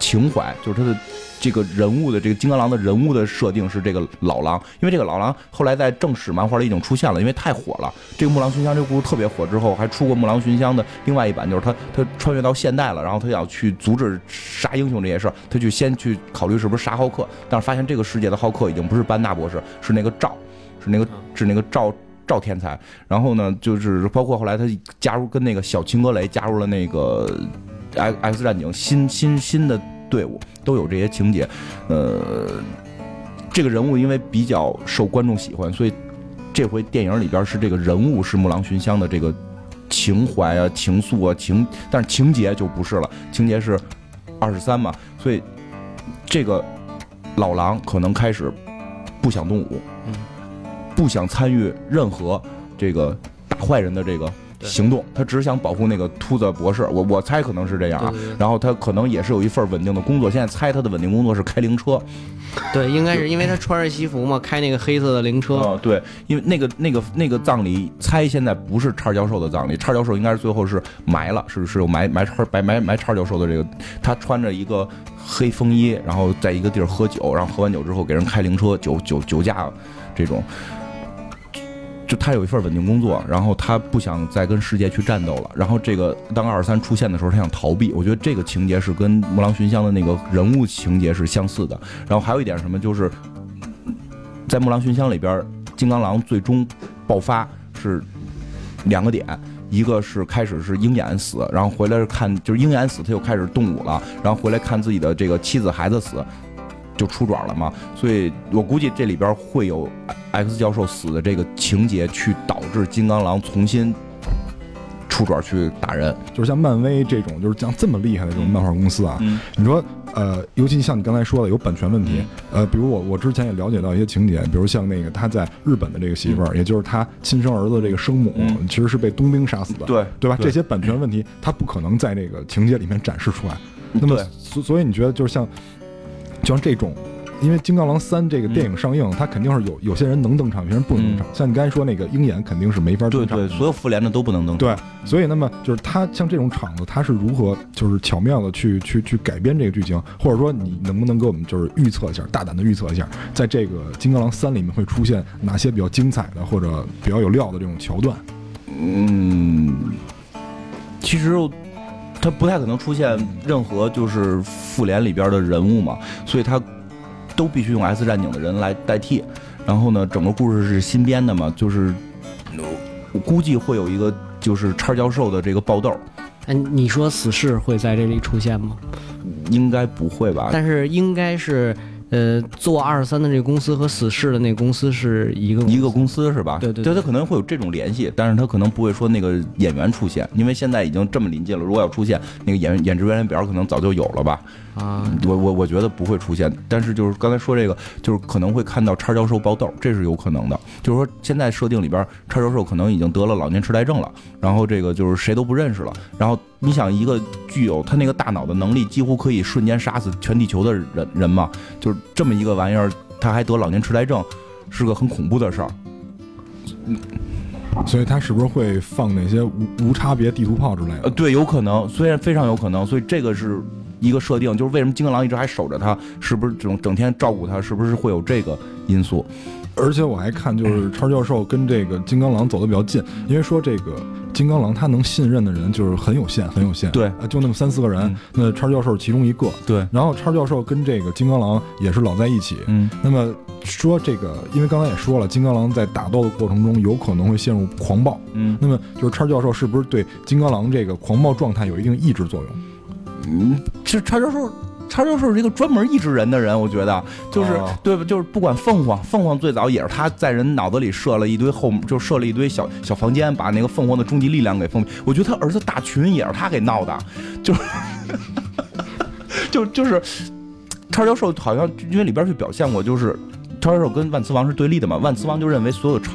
情怀，就是他的这个人物的这个金刚狼的人物的设定是这个老狼，因为这个老狼后来在正史漫画里已经出现了，因为太火了。这个木狼寻香这个故事特别火之后，还出过木狼寻香的另外一版，就是他他穿越到现代了，然后他要去阻止杀英雄这些事儿，他去先去考虑是不是杀浩克，但是发现这个世界的浩克已经不是班纳博士，是那个赵，是那个是那个赵。赵天才，然后呢，就是包括后来他加入跟那个小秦格雷加入了那个 X 战警新新新的队伍，都有这些情节。呃，这个人物因为比较受观众喜欢，所以这回电影里边是这个人物是木狼寻香的这个情怀啊、情愫啊、情，但是情节就不是了，情节是二十三嘛，所以这个老狼可能开始不想动武。嗯。不想参与任何这个打坏人的这个行动，他只想保护那个秃子博士。我我猜可能是这样啊。 对对对， 然后他可能也是有一份稳定的工作，现在猜他的稳定工作是开灵车。 对，应该是因为他穿着西服嘛，开那个黑色的灵车。 哦，对，因为那个那个那个葬礼，猜现在不是叉教授的葬礼，叉教授应该是最后是埋了，是是有埋埋叉埋埋埋叉教授的这个，他穿着一个黑风衣，然后在一个地儿喝酒，然后喝完酒之后给人开灵车，酒酒酒驾这种。就他有一份稳定工作，然后他不想再跟世界去战斗了。然后这个当二十三出现的时候，他想逃避。我觉得这个情节是跟木狼寻香的那个人物情节是相似的。然后还有一点什么，就是在木狼寻香里边，金刚狼最终爆发是两个点，一个是开始是鹰眼死，然后回来看就是鹰眼死，他又开始动武了，然后回来看自己的这个妻子孩子死。就出爪了嘛，所以我估计这里边会有 X 教授死的这个情节，去导致金刚狼重新出爪去打人。 就是像漫威这种，就是像这么厉害的这种漫画公司啊，嗯、你说呃，尤其像你刚才说的有版权问题，呃，比如我我之前也了解到一些情节，比如像那个他在日本的这个媳妇儿，嗯、也就是他亲生儿子这个生母，嗯、其实是被冬兵杀死的， 对对吧？这些版权问题，他不可能在这个情节里面展示出来。那么，所所以你觉得就是像。就像这种，因为《金刚狼三》这个电影上映，嗯、它肯定是有有些人能登场，有些人不能登场。嗯、像你刚才说那个鹰眼，肯定是没法登场。 对对，所有复联的都不能登场。 对，所以那么就是他像这种场子，他是如何就是巧妙的去去去改编这个剧情，或者说你能不能给我们就是预测一下，大胆的预测一下，在这个《金刚狼三》里面会出现哪些比较精彩的或者比较有料的这种桥段？ 嗯，其实。他不太可能出现任何就是复联里边的人物嘛，所以他都必须用 X 战警的人来代替。然后呢，整个故事是新编的嘛，就是我估计会有一个就是叉教授的这个爆豆。 哎，你说死侍会在这里出现吗？ 应该不会吧？ 但是应该是。呃，做二十三的这个公司和死侍的那个公司是一个公司一个公司是吧？ 对对对， 他可能会有这种联系，但是他可能不会说那个演员出现，因为现在已经这么临近了，如果要出现那个演演职人员表，可能早就有了吧？ 啊， 我我我觉得不会出现，但是就是刚才说这个，就是可能会看到叉教授爆豆，这是有可能的。就是说现在设定里边，叉教授可能已经得了老年痴呆症了，然后这个就是谁都不认识了，然后你想一个具有他那个大脑的能力，几乎可以瞬间杀死全地球的人人嘛，就是这么一个玩意儿，他还得老年痴呆症，是个很恐怖的事儿。 嗯，所以他是不是会放那些无无差别地图炮之类的？ 呃，对，有可能，虽然非常有可能，所以这个是一个设定，就是为什么金刚狼一直还守着他，是不是整整天照顾他，是不是会有这个因素？ 而且我还看，就是叉教授跟这个金刚狼走得比较近，因为说这个金刚狼他能信任的人就是很有限，很有限， 对， 就那么三四个人，嗯、那叉教授其中一个， 对。 然后叉教授跟这个金刚狼也是老在一起， 嗯。 那么说这个，因为刚才也说了，金刚狼在打斗的过程中有可能会陷入狂暴， 嗯。 那么就是叉教授是不是对金刚狼这个狂暴状态有一定抑制作用？ 嗯，这叉教授。叉教授是一个专门抑制人的人，我觉得就是、哦、对吧？就是不管凤凰，凤凰最早也是他在人脑子里设了一堆后，就设了一堆小小房间，把那个凤凰的终极力量给封闭。我觉得他儿子大群也是他给闹的，就是就就是叉教授好像因为里边去表现过，就是叉教授跟万磁王是对立的嘛，万磁王就认为所有超超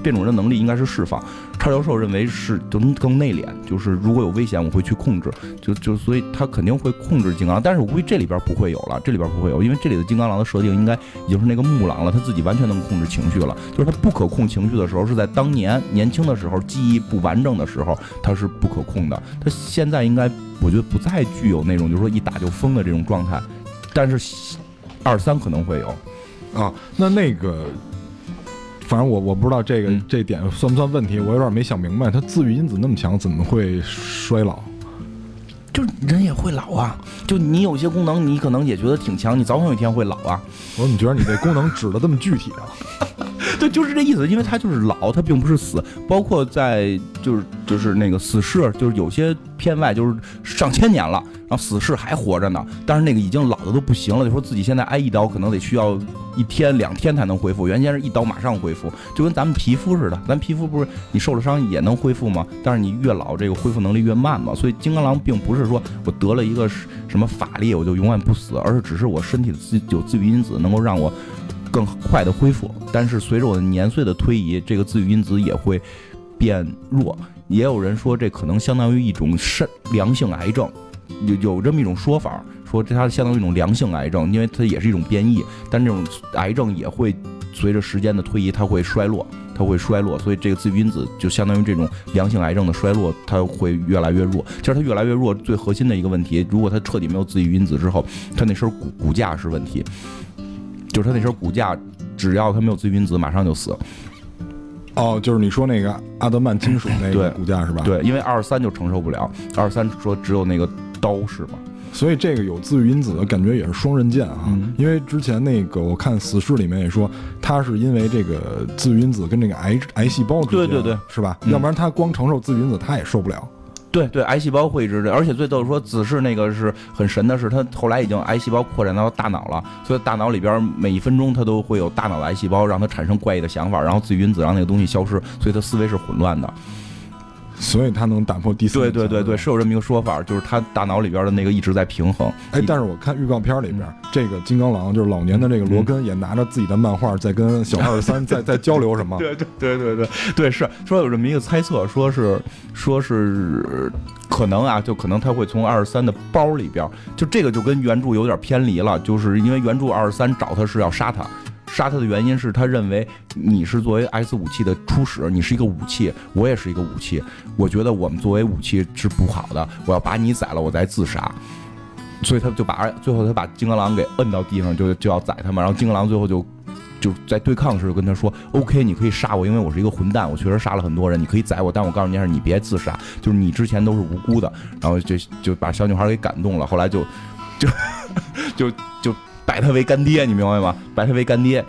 变种人的能力应该是释放。超教授认为是更更内敛，就是如果有危险我会去控制，就就所以他肯定会控制金刚狼，但是我估计这里边不会有了，这里边不会有，因为这里的金刚狼的设定应该已经是那个木狼了，他自己完全能控制情绪了。就是他不可控情绪的时候是在当年年轻的时候，记忆不完整的时候他是不可控的，他现在应该我觉得不再具有那种就是说一打就疯的这种状态，但是二三可能会有啊。那那个反正我我不知道这个、嗯、这点算不算问题，我有点没想明白，他自愈因子那么强，怎么会衰老？ 就人也会老啊，就你有些功能你可能也觉得挺强，你早晚有一天会老啊。 我怎么觉得你这功能指的这么具体啊？ 对，就是这意思，因为它就是老，它并不是死。包括在就是就是那个死侍，就是有些片外就是上千年了，然后死侍还活着呢，但是那个已经老的都不行了，就说自己现在挨一刀可能得需要一天两天才能恢复，原先是一刀马上恢复，就跟咱们皮肤似的，咱皮肤不是你受了伤也能恢复吗？但是你越老，这个恢复能力越慢嘛。所以金刚狼并不是说我得了一个什么法力我就永远不死，而是只是我身体自有自愈因子能够让我更快的恢复，但是随着我的年岁的推移，这个自愈因子也会变弱。也有人说这可能相当于一种肾良性癌症，有有这么一种说法，说它相当于一种良性癌症，因为它也是一种变异，但这种癌症也会随着时间的推移，它会衰落，它会衰落，所以这个自愈因子就相当于这种良性癌症的衰落，它会越来越弱。其实它越来越弱，最核心的一个问题，如果它彻底没有自愈因子之后，它那身骨骨架是问题。就是他那身骨架，只要他没有自愈因子，马上就死。 哦，就是你说那个阿德曼金属那个骨架是吧？ 对，因为二十三就承受不了，二十三说只有那个刀是吗？ 所以这个有自愈因子的感觉也是双刃剑啊。嗯、因为之前那个我看死侍里面也说，他是因为这个自愈因子跟这个癌癌细胞之间， 对对对， 是吧？ 嗯、 要不然他光承受自愈因子，他也受不了。 对对，癌细胞会一直的，而且最逗说子侍那个是很神的是，他后来已经癌细胞扩展到大脑了，所以大脑里边每一分钟他都会有大脑的癌细胞让他产生怪异的想法，然后自愈因子让那个东西消失，所以他思维是混乱的。 所以他能打破第四。 对对对对，是有这么一个说法，就是他大脑里边的那个一直在平衡。 哎，但是我看预告片里边，嗯、这个金刚狼就是老年的这个罗根也拿着自己的漫画在跟小二十三在在交流什么？ 对对对对对对，是说有这么一个猜测，说是说是可能啊，就可能他会从二十三的包里边，就这个就跟原著有点偏离了，就是因为原著二十三找他是要杀他。杀他的原因是他认为你是作为 X 武器的初始，你是一个武器，我也是一个武器，我觉得我们作为武器是不好的，我要把你宰了我再自杀，所以他就把最后他把金刚狼给摁到地上，就就要宰他嘛，然后金刚狼最后就就在对抗时跟他说 OK 你可以杀我，因为我是一个混蛋，我确实杀了很多人，你可以宰我，但我告诉你是你别自杀，就是你之前都是无辜的，然后就就把小女孩给感动了，后来就就就就拜他为干爹，你明白吗？拜他为干爹。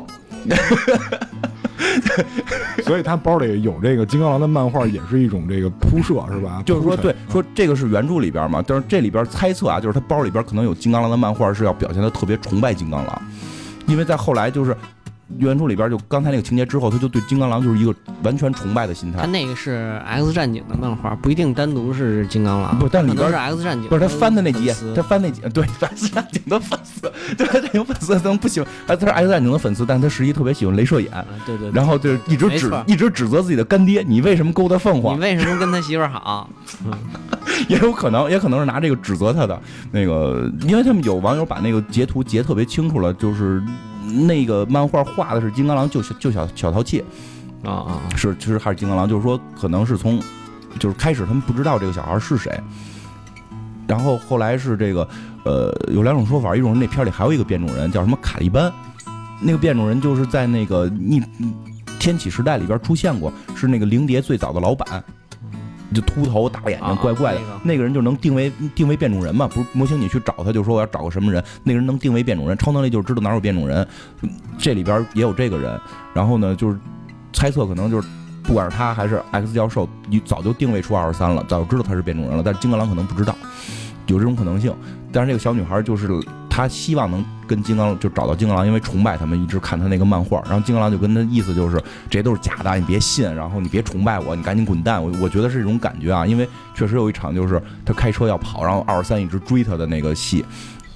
所以他包里有这个金刚狼的漫画，也是一种这个铺设，是吧？ 就是说，对，说这个是原著里边嘛，但是这里边猜测啊，就是他包里边可能有金刚狼的漫画，是要表现他特别崇拜金刚狼，因为在后来就是原著里边就刚才那个情节之后，他就对金刚狼就是一个完全崇拜的心态。 他那个是 X 战警的漫画，不一定单独是金刚狼， 不，但里边是 X 战警， 不是他翻的那几页，他翻那几对 X 战警的粉丝，对 X 战警粉丝怎么不喜欢？他是 X 战警的粉丝，但他实际特别喜欢镭射眼， 啊、对, 对对， 然后就一直指一直指责自己的干爹，你为什么勾搭凤凰？ 你为什么跟他媳妇儿好？嗯、 也有可能，也可能是拿这个指责他的那个，因为他们有网友把那个截图截特别清楚了，就是。那个漫画画的是金刚狼救救小小淘气， 啊啊， 是其实还是金刚狼，就是说可能是从就是开始他们不知道这个小孩是谁，然后后来是这个呃有两种说法，一种是那片里还有一个变种人叫什么卡利班，那个变种人就是在那个逆天启时代里边出现过，是那个灵蝶最早的老板。就秃头大眼睛怪怪的、啊那个、那个人就能定为定为变种人嘛，不是模型你去找他就说我要找个什么人，那个人能定为变种人，超能力就是知道哪有变种人，这里边也有这个人，然后呢就是猜测可能就是不管是他还是 X 教授早就定位出二十三了，早就知道他是变种人了，但是金刚狼可能不知道，有这种可能性。但是这个小女孩就是她希望能跟金刚就找到金刚狼，因为崇拜他们，一直看他那个漫画，然后金刚狼就跟他意思就是这些都是假的，你别信，然后你别崇拜我，你赶紧滚蛋。我我觉得是这种感觉啊，因为确实有一场就是他开车要跑，然后二十三一直追他的那个戏，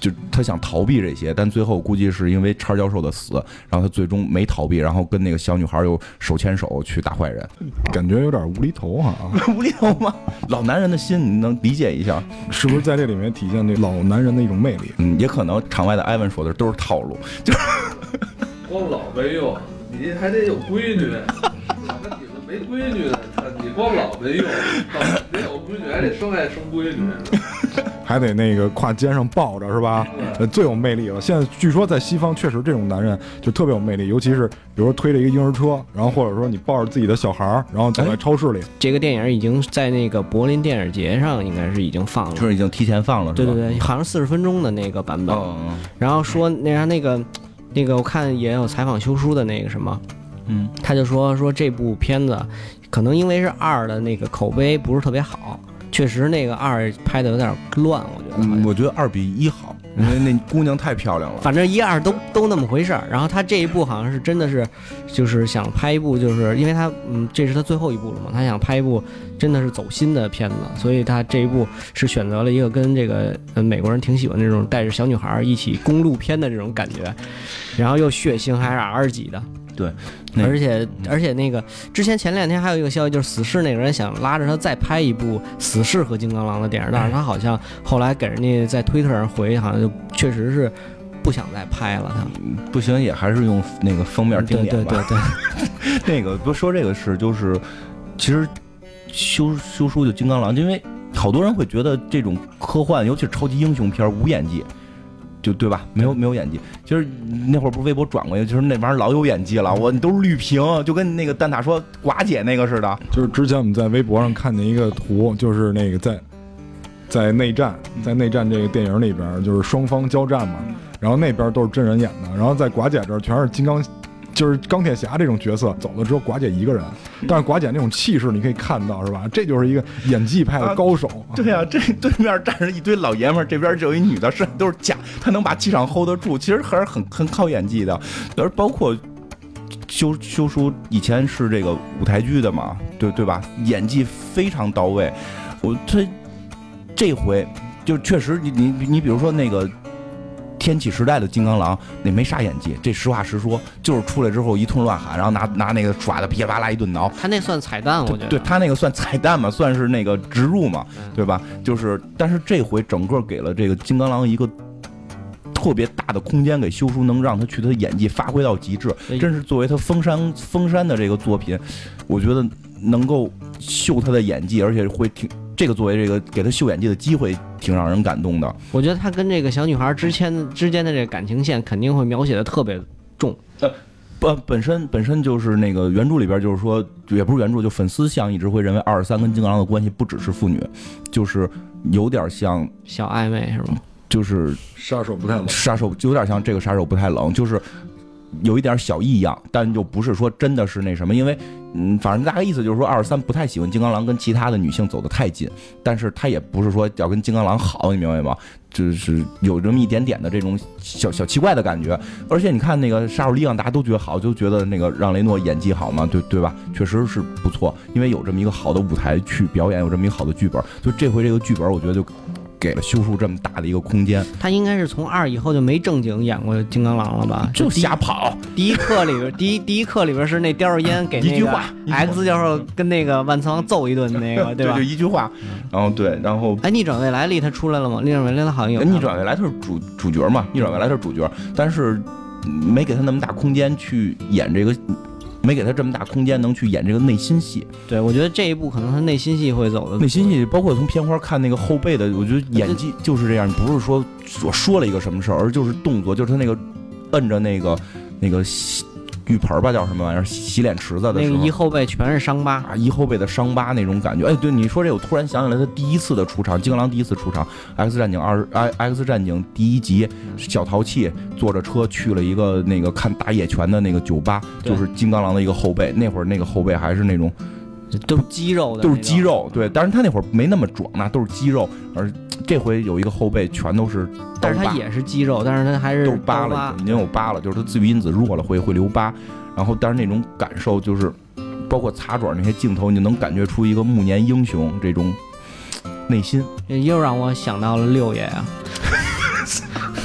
就他想逃避这些，但最后估计是因为叉教授的死，然后他最终没逃避，然后跟那个小女孩又手牵手去打坏人， 感觉有点无厘头哈、啊。 无厘头吗？老男人的心你能理解一下， 是不是在这里面体现这老男人的一种魅力？ 嗯，也可能场外的艾文说的都是套路，就是光老没用，你还得有闺女。那你们没闺女呢，你光老没用，得有闺女，还得生爱生闺女， 还得那个挎肩上抱着是吧？呃，最有魅力了。现在据说在西方确实这种男人就特别有魅力，尤其是比如说推着一个婴儿车，然后或者说你抱着自己的小孩儿，然后走在超市里。 这个电影已经在那个柏林电影节上应该是已经放了， 就是已经提前放了， 对对对，好像四十分钟的那个版本。 嗯嗯、 然后说那让那个那个我看也有采访修书的那个什么。 嗯， 他就说说这部片子，可能因为是二的那个口碑不是特别好，确实那个二拍的有点乱，我觉得。 嗯，我觉得二比一好，因为那姑娘太漂亮了。 反正一二都都那么回事儿。然后他这一部好像是真的是，就是想拍一部，就是因为他嗯这是他最后一部了嘛，他想拍一部真的是走心的片子，所以他这一部是选择了一个跟这个呃美国人挺喜欢那种带着小女孩一起公路片的这种感觉，然后又血腥还是 R 级的。 对， 而且而且那个之前前两天还有一个消息，就是死侍那个人想拉着他再拍一部死侍和金刚狼的电影，但是他好像后来给人家在推特上回，好像就确实是不想再拍了。他不行，也还是用那个封面定脸吧。 对对对对， 那个不说这个事，就是其实修修书就金刚狼，因为好多人会觉得这种科幻，尤其是超级英雄片无演技。就对吧？没有没有演技。其实那会儿不是微博转过去，就是那玩意儿老有演技了，我你都是绿屏，就跟那个蛋挞说寡姐那个似的。 就是之前我们在微博上看见一个图，就是那个在在内战，在内战这个电影里边，就是双方交战嘛，然后那边都是真人演的，然后在寡姐这儿全是金刚。就是钢铁侠这种角色走了之后，寡姐一个人，但是寡姐那种气势你可以看到是吧？这就是一个演技派的高手。 啊对啊，这对面站着一堆老爷们儿，这边只有一女的，剩下都是假，她能把气场 hold 得住，其实还是很很靠演技的。而包括修修书以前是这个舞台剧的嘛，对对吧？演技非常到位。我这这回就确实你你你比如说那个。天启时代的金刚狼那没啥演技，这实话实说，就是出来之后一通乱喊，然后拿拿那个耍的噼里啪啦一顿挠。 他那算彩蛋，我觉得。 对他那个算彩蛋嘛，算是那个植入嘛，对吧？就是，但是这回整个给了这个金刚狼一个特别大的空间，给修书能让他去他的演技发挥到极致。真是作为他封山封山的这个作品，我觉得能够秀他的演技，而且会挺。这个作为这个给他秀演技的机会，挺让人感动的。 我觉得他跟这个小女孩之间之间的这个感情线肯定会描写的特别重。 呃，不，本身本身就是那个原著里边就是说，也不是原著，就粉丝向一直会认为二十三跟金刚狼的关系不只是父女，就是有点像小暧昧是吗？ 就是杀手不太冷， 杀手就有点像这个杀手不太冷，就是有一点小异样，但又不是说真的是那什么，因为。嗯，反正大概意思就是说，二十三不太喜欢金刚狼跟其他的女性走得太近，但是他也不是说要跟金刚狼好，你明白吗？就是有这么一点点的这种小小奇怪的感觉。而且你看那个杀手利昂，大家都觉得好，就觉得那个让雷诺演技好嘛，对对吧？确实是不错，因为有这么一个好的舞台去表演，有这么一个好的剧本，所以这回这个剧本我觉得就给了修书这么大的一个空间。 他应该是从二以后就没正经演过金刚狼了吧？ 就瞎跑。 第一课里边，第一第一课里边是那叼着烟给那个 X 教授跟那个万磁王揍一顿那个，对吧？ 对，就一句话。然后对，然后哎，逆转未来里他出来了吗？逆转未来他好像有。 逆转未来他是主主角嘛？逆转未来他是主角，但是没给他那么大空间去演这个。没给他这么大空间能去演这个内心戏。 对，我觉得这一部可能他内心戏会走的。 内心戏包括从片花看那个后背的，我觉得演技就是这样，不是说我说了一个什么事儿，而就是动作，就是他那个摁着那个那个浴盆吧，叫什么玩意儿，洗脸池子的时候， 那个一后背全是伤疤啊，一后背的伤疤那种感觉。哎，对你说这，我突然想起来他第一次的出场，金刚狼第一次出场， X 战警二 X 战警第一集，小淘气坐着车去了一个那个看大野拳的那个酒吧，就是金刚狼的一个后背，那会儿那个后背还是那种都是肌肉的， 都是肌肉，对，但是他那会儿没那么壮，那都是肌肉，而这回有一个后背全都是， 但是他也是肌肉，但是他还是都是疤了，已经有疤了，就是他自愈因子弱了会会留疤，然后但是那种感受就是包括擦爪那些镜头，你能感觉出一个暮年英雄这种内心， 又让我想到了六爷啊。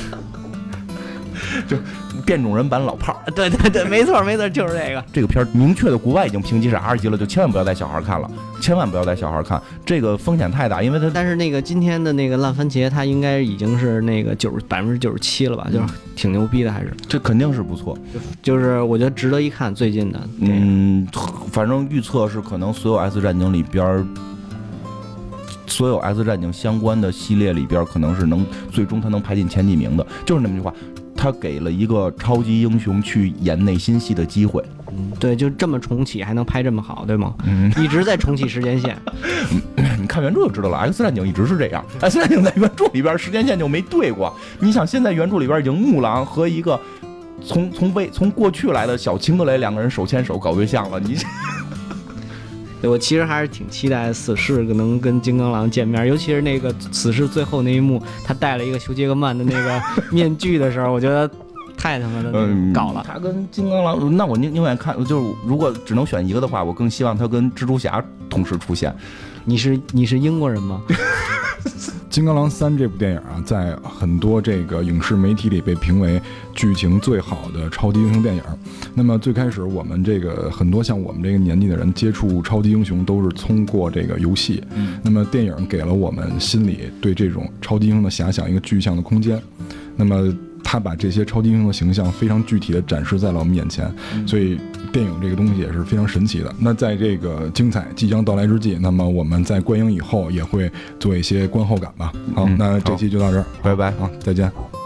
就变种人版老炮儿。 对对对，没错没错，就是这个。 这个片儿明确的国外已经评级是 R 级了，就千万不要带小孩看了，千万不要带小孩看，这个风险太大，因为它。 但是那个今天的那个烂番茄，它应该已经是那个九十百分之九十七了吧，就是挺牛逼的，还是这肯定是不错， 就是我觉得值得一看。最近的， 嗯，反正预测是可能所有 X 战警里边。所有 X 战警相关的系列里边，可能是能最终他能排进前几名的，就是那么句话，他给了一个超级英雄去演内心戏的机会。 嗯，对，就这么重启还能拍这么好，对吗？ 嗯， 一直在重启时间线。 嗯，你看原著就知道了 ，X 战警一直是这样。X 战警在原著里边时间线就没对过。你想，现在原著里边已经木狼和一个从从未从过去来的小青格雷两个人手牵手搞对象了，你。 对，我其实还是挺期待死侍能跟金刚狼见面，尤其是那个死侍最后那一幕，他戴了一个休杰克曼的那个面具的时候，我觉得太他妈的搞了。 嗯、他跟金刚狼，那我宁宁愿看，就是如果只能选一个的话，我更希望他跟蜘蛛侠同时出现。 你是你是英国人吗？ 金刚狼三这部电影啊，在很多这个影视媒体里被评为剧情最好的超级英雄电影。那么最开始我们这个很多像我们这个年纪的人接触超级英雄都是通过这个游戏， 嗯， 那么电影给了我们心里对这种超级英雄的遐想一个具象的空间。那么他把这些超级英雄的形象非常具体的展示在了我们眼前，所以电影这个东西也是非常神奇的。那在这个精彩即将到来之际，那么我们在观影以后也会做一些观后感吧。好，那这期就到这儿， 拜拜啊，再见。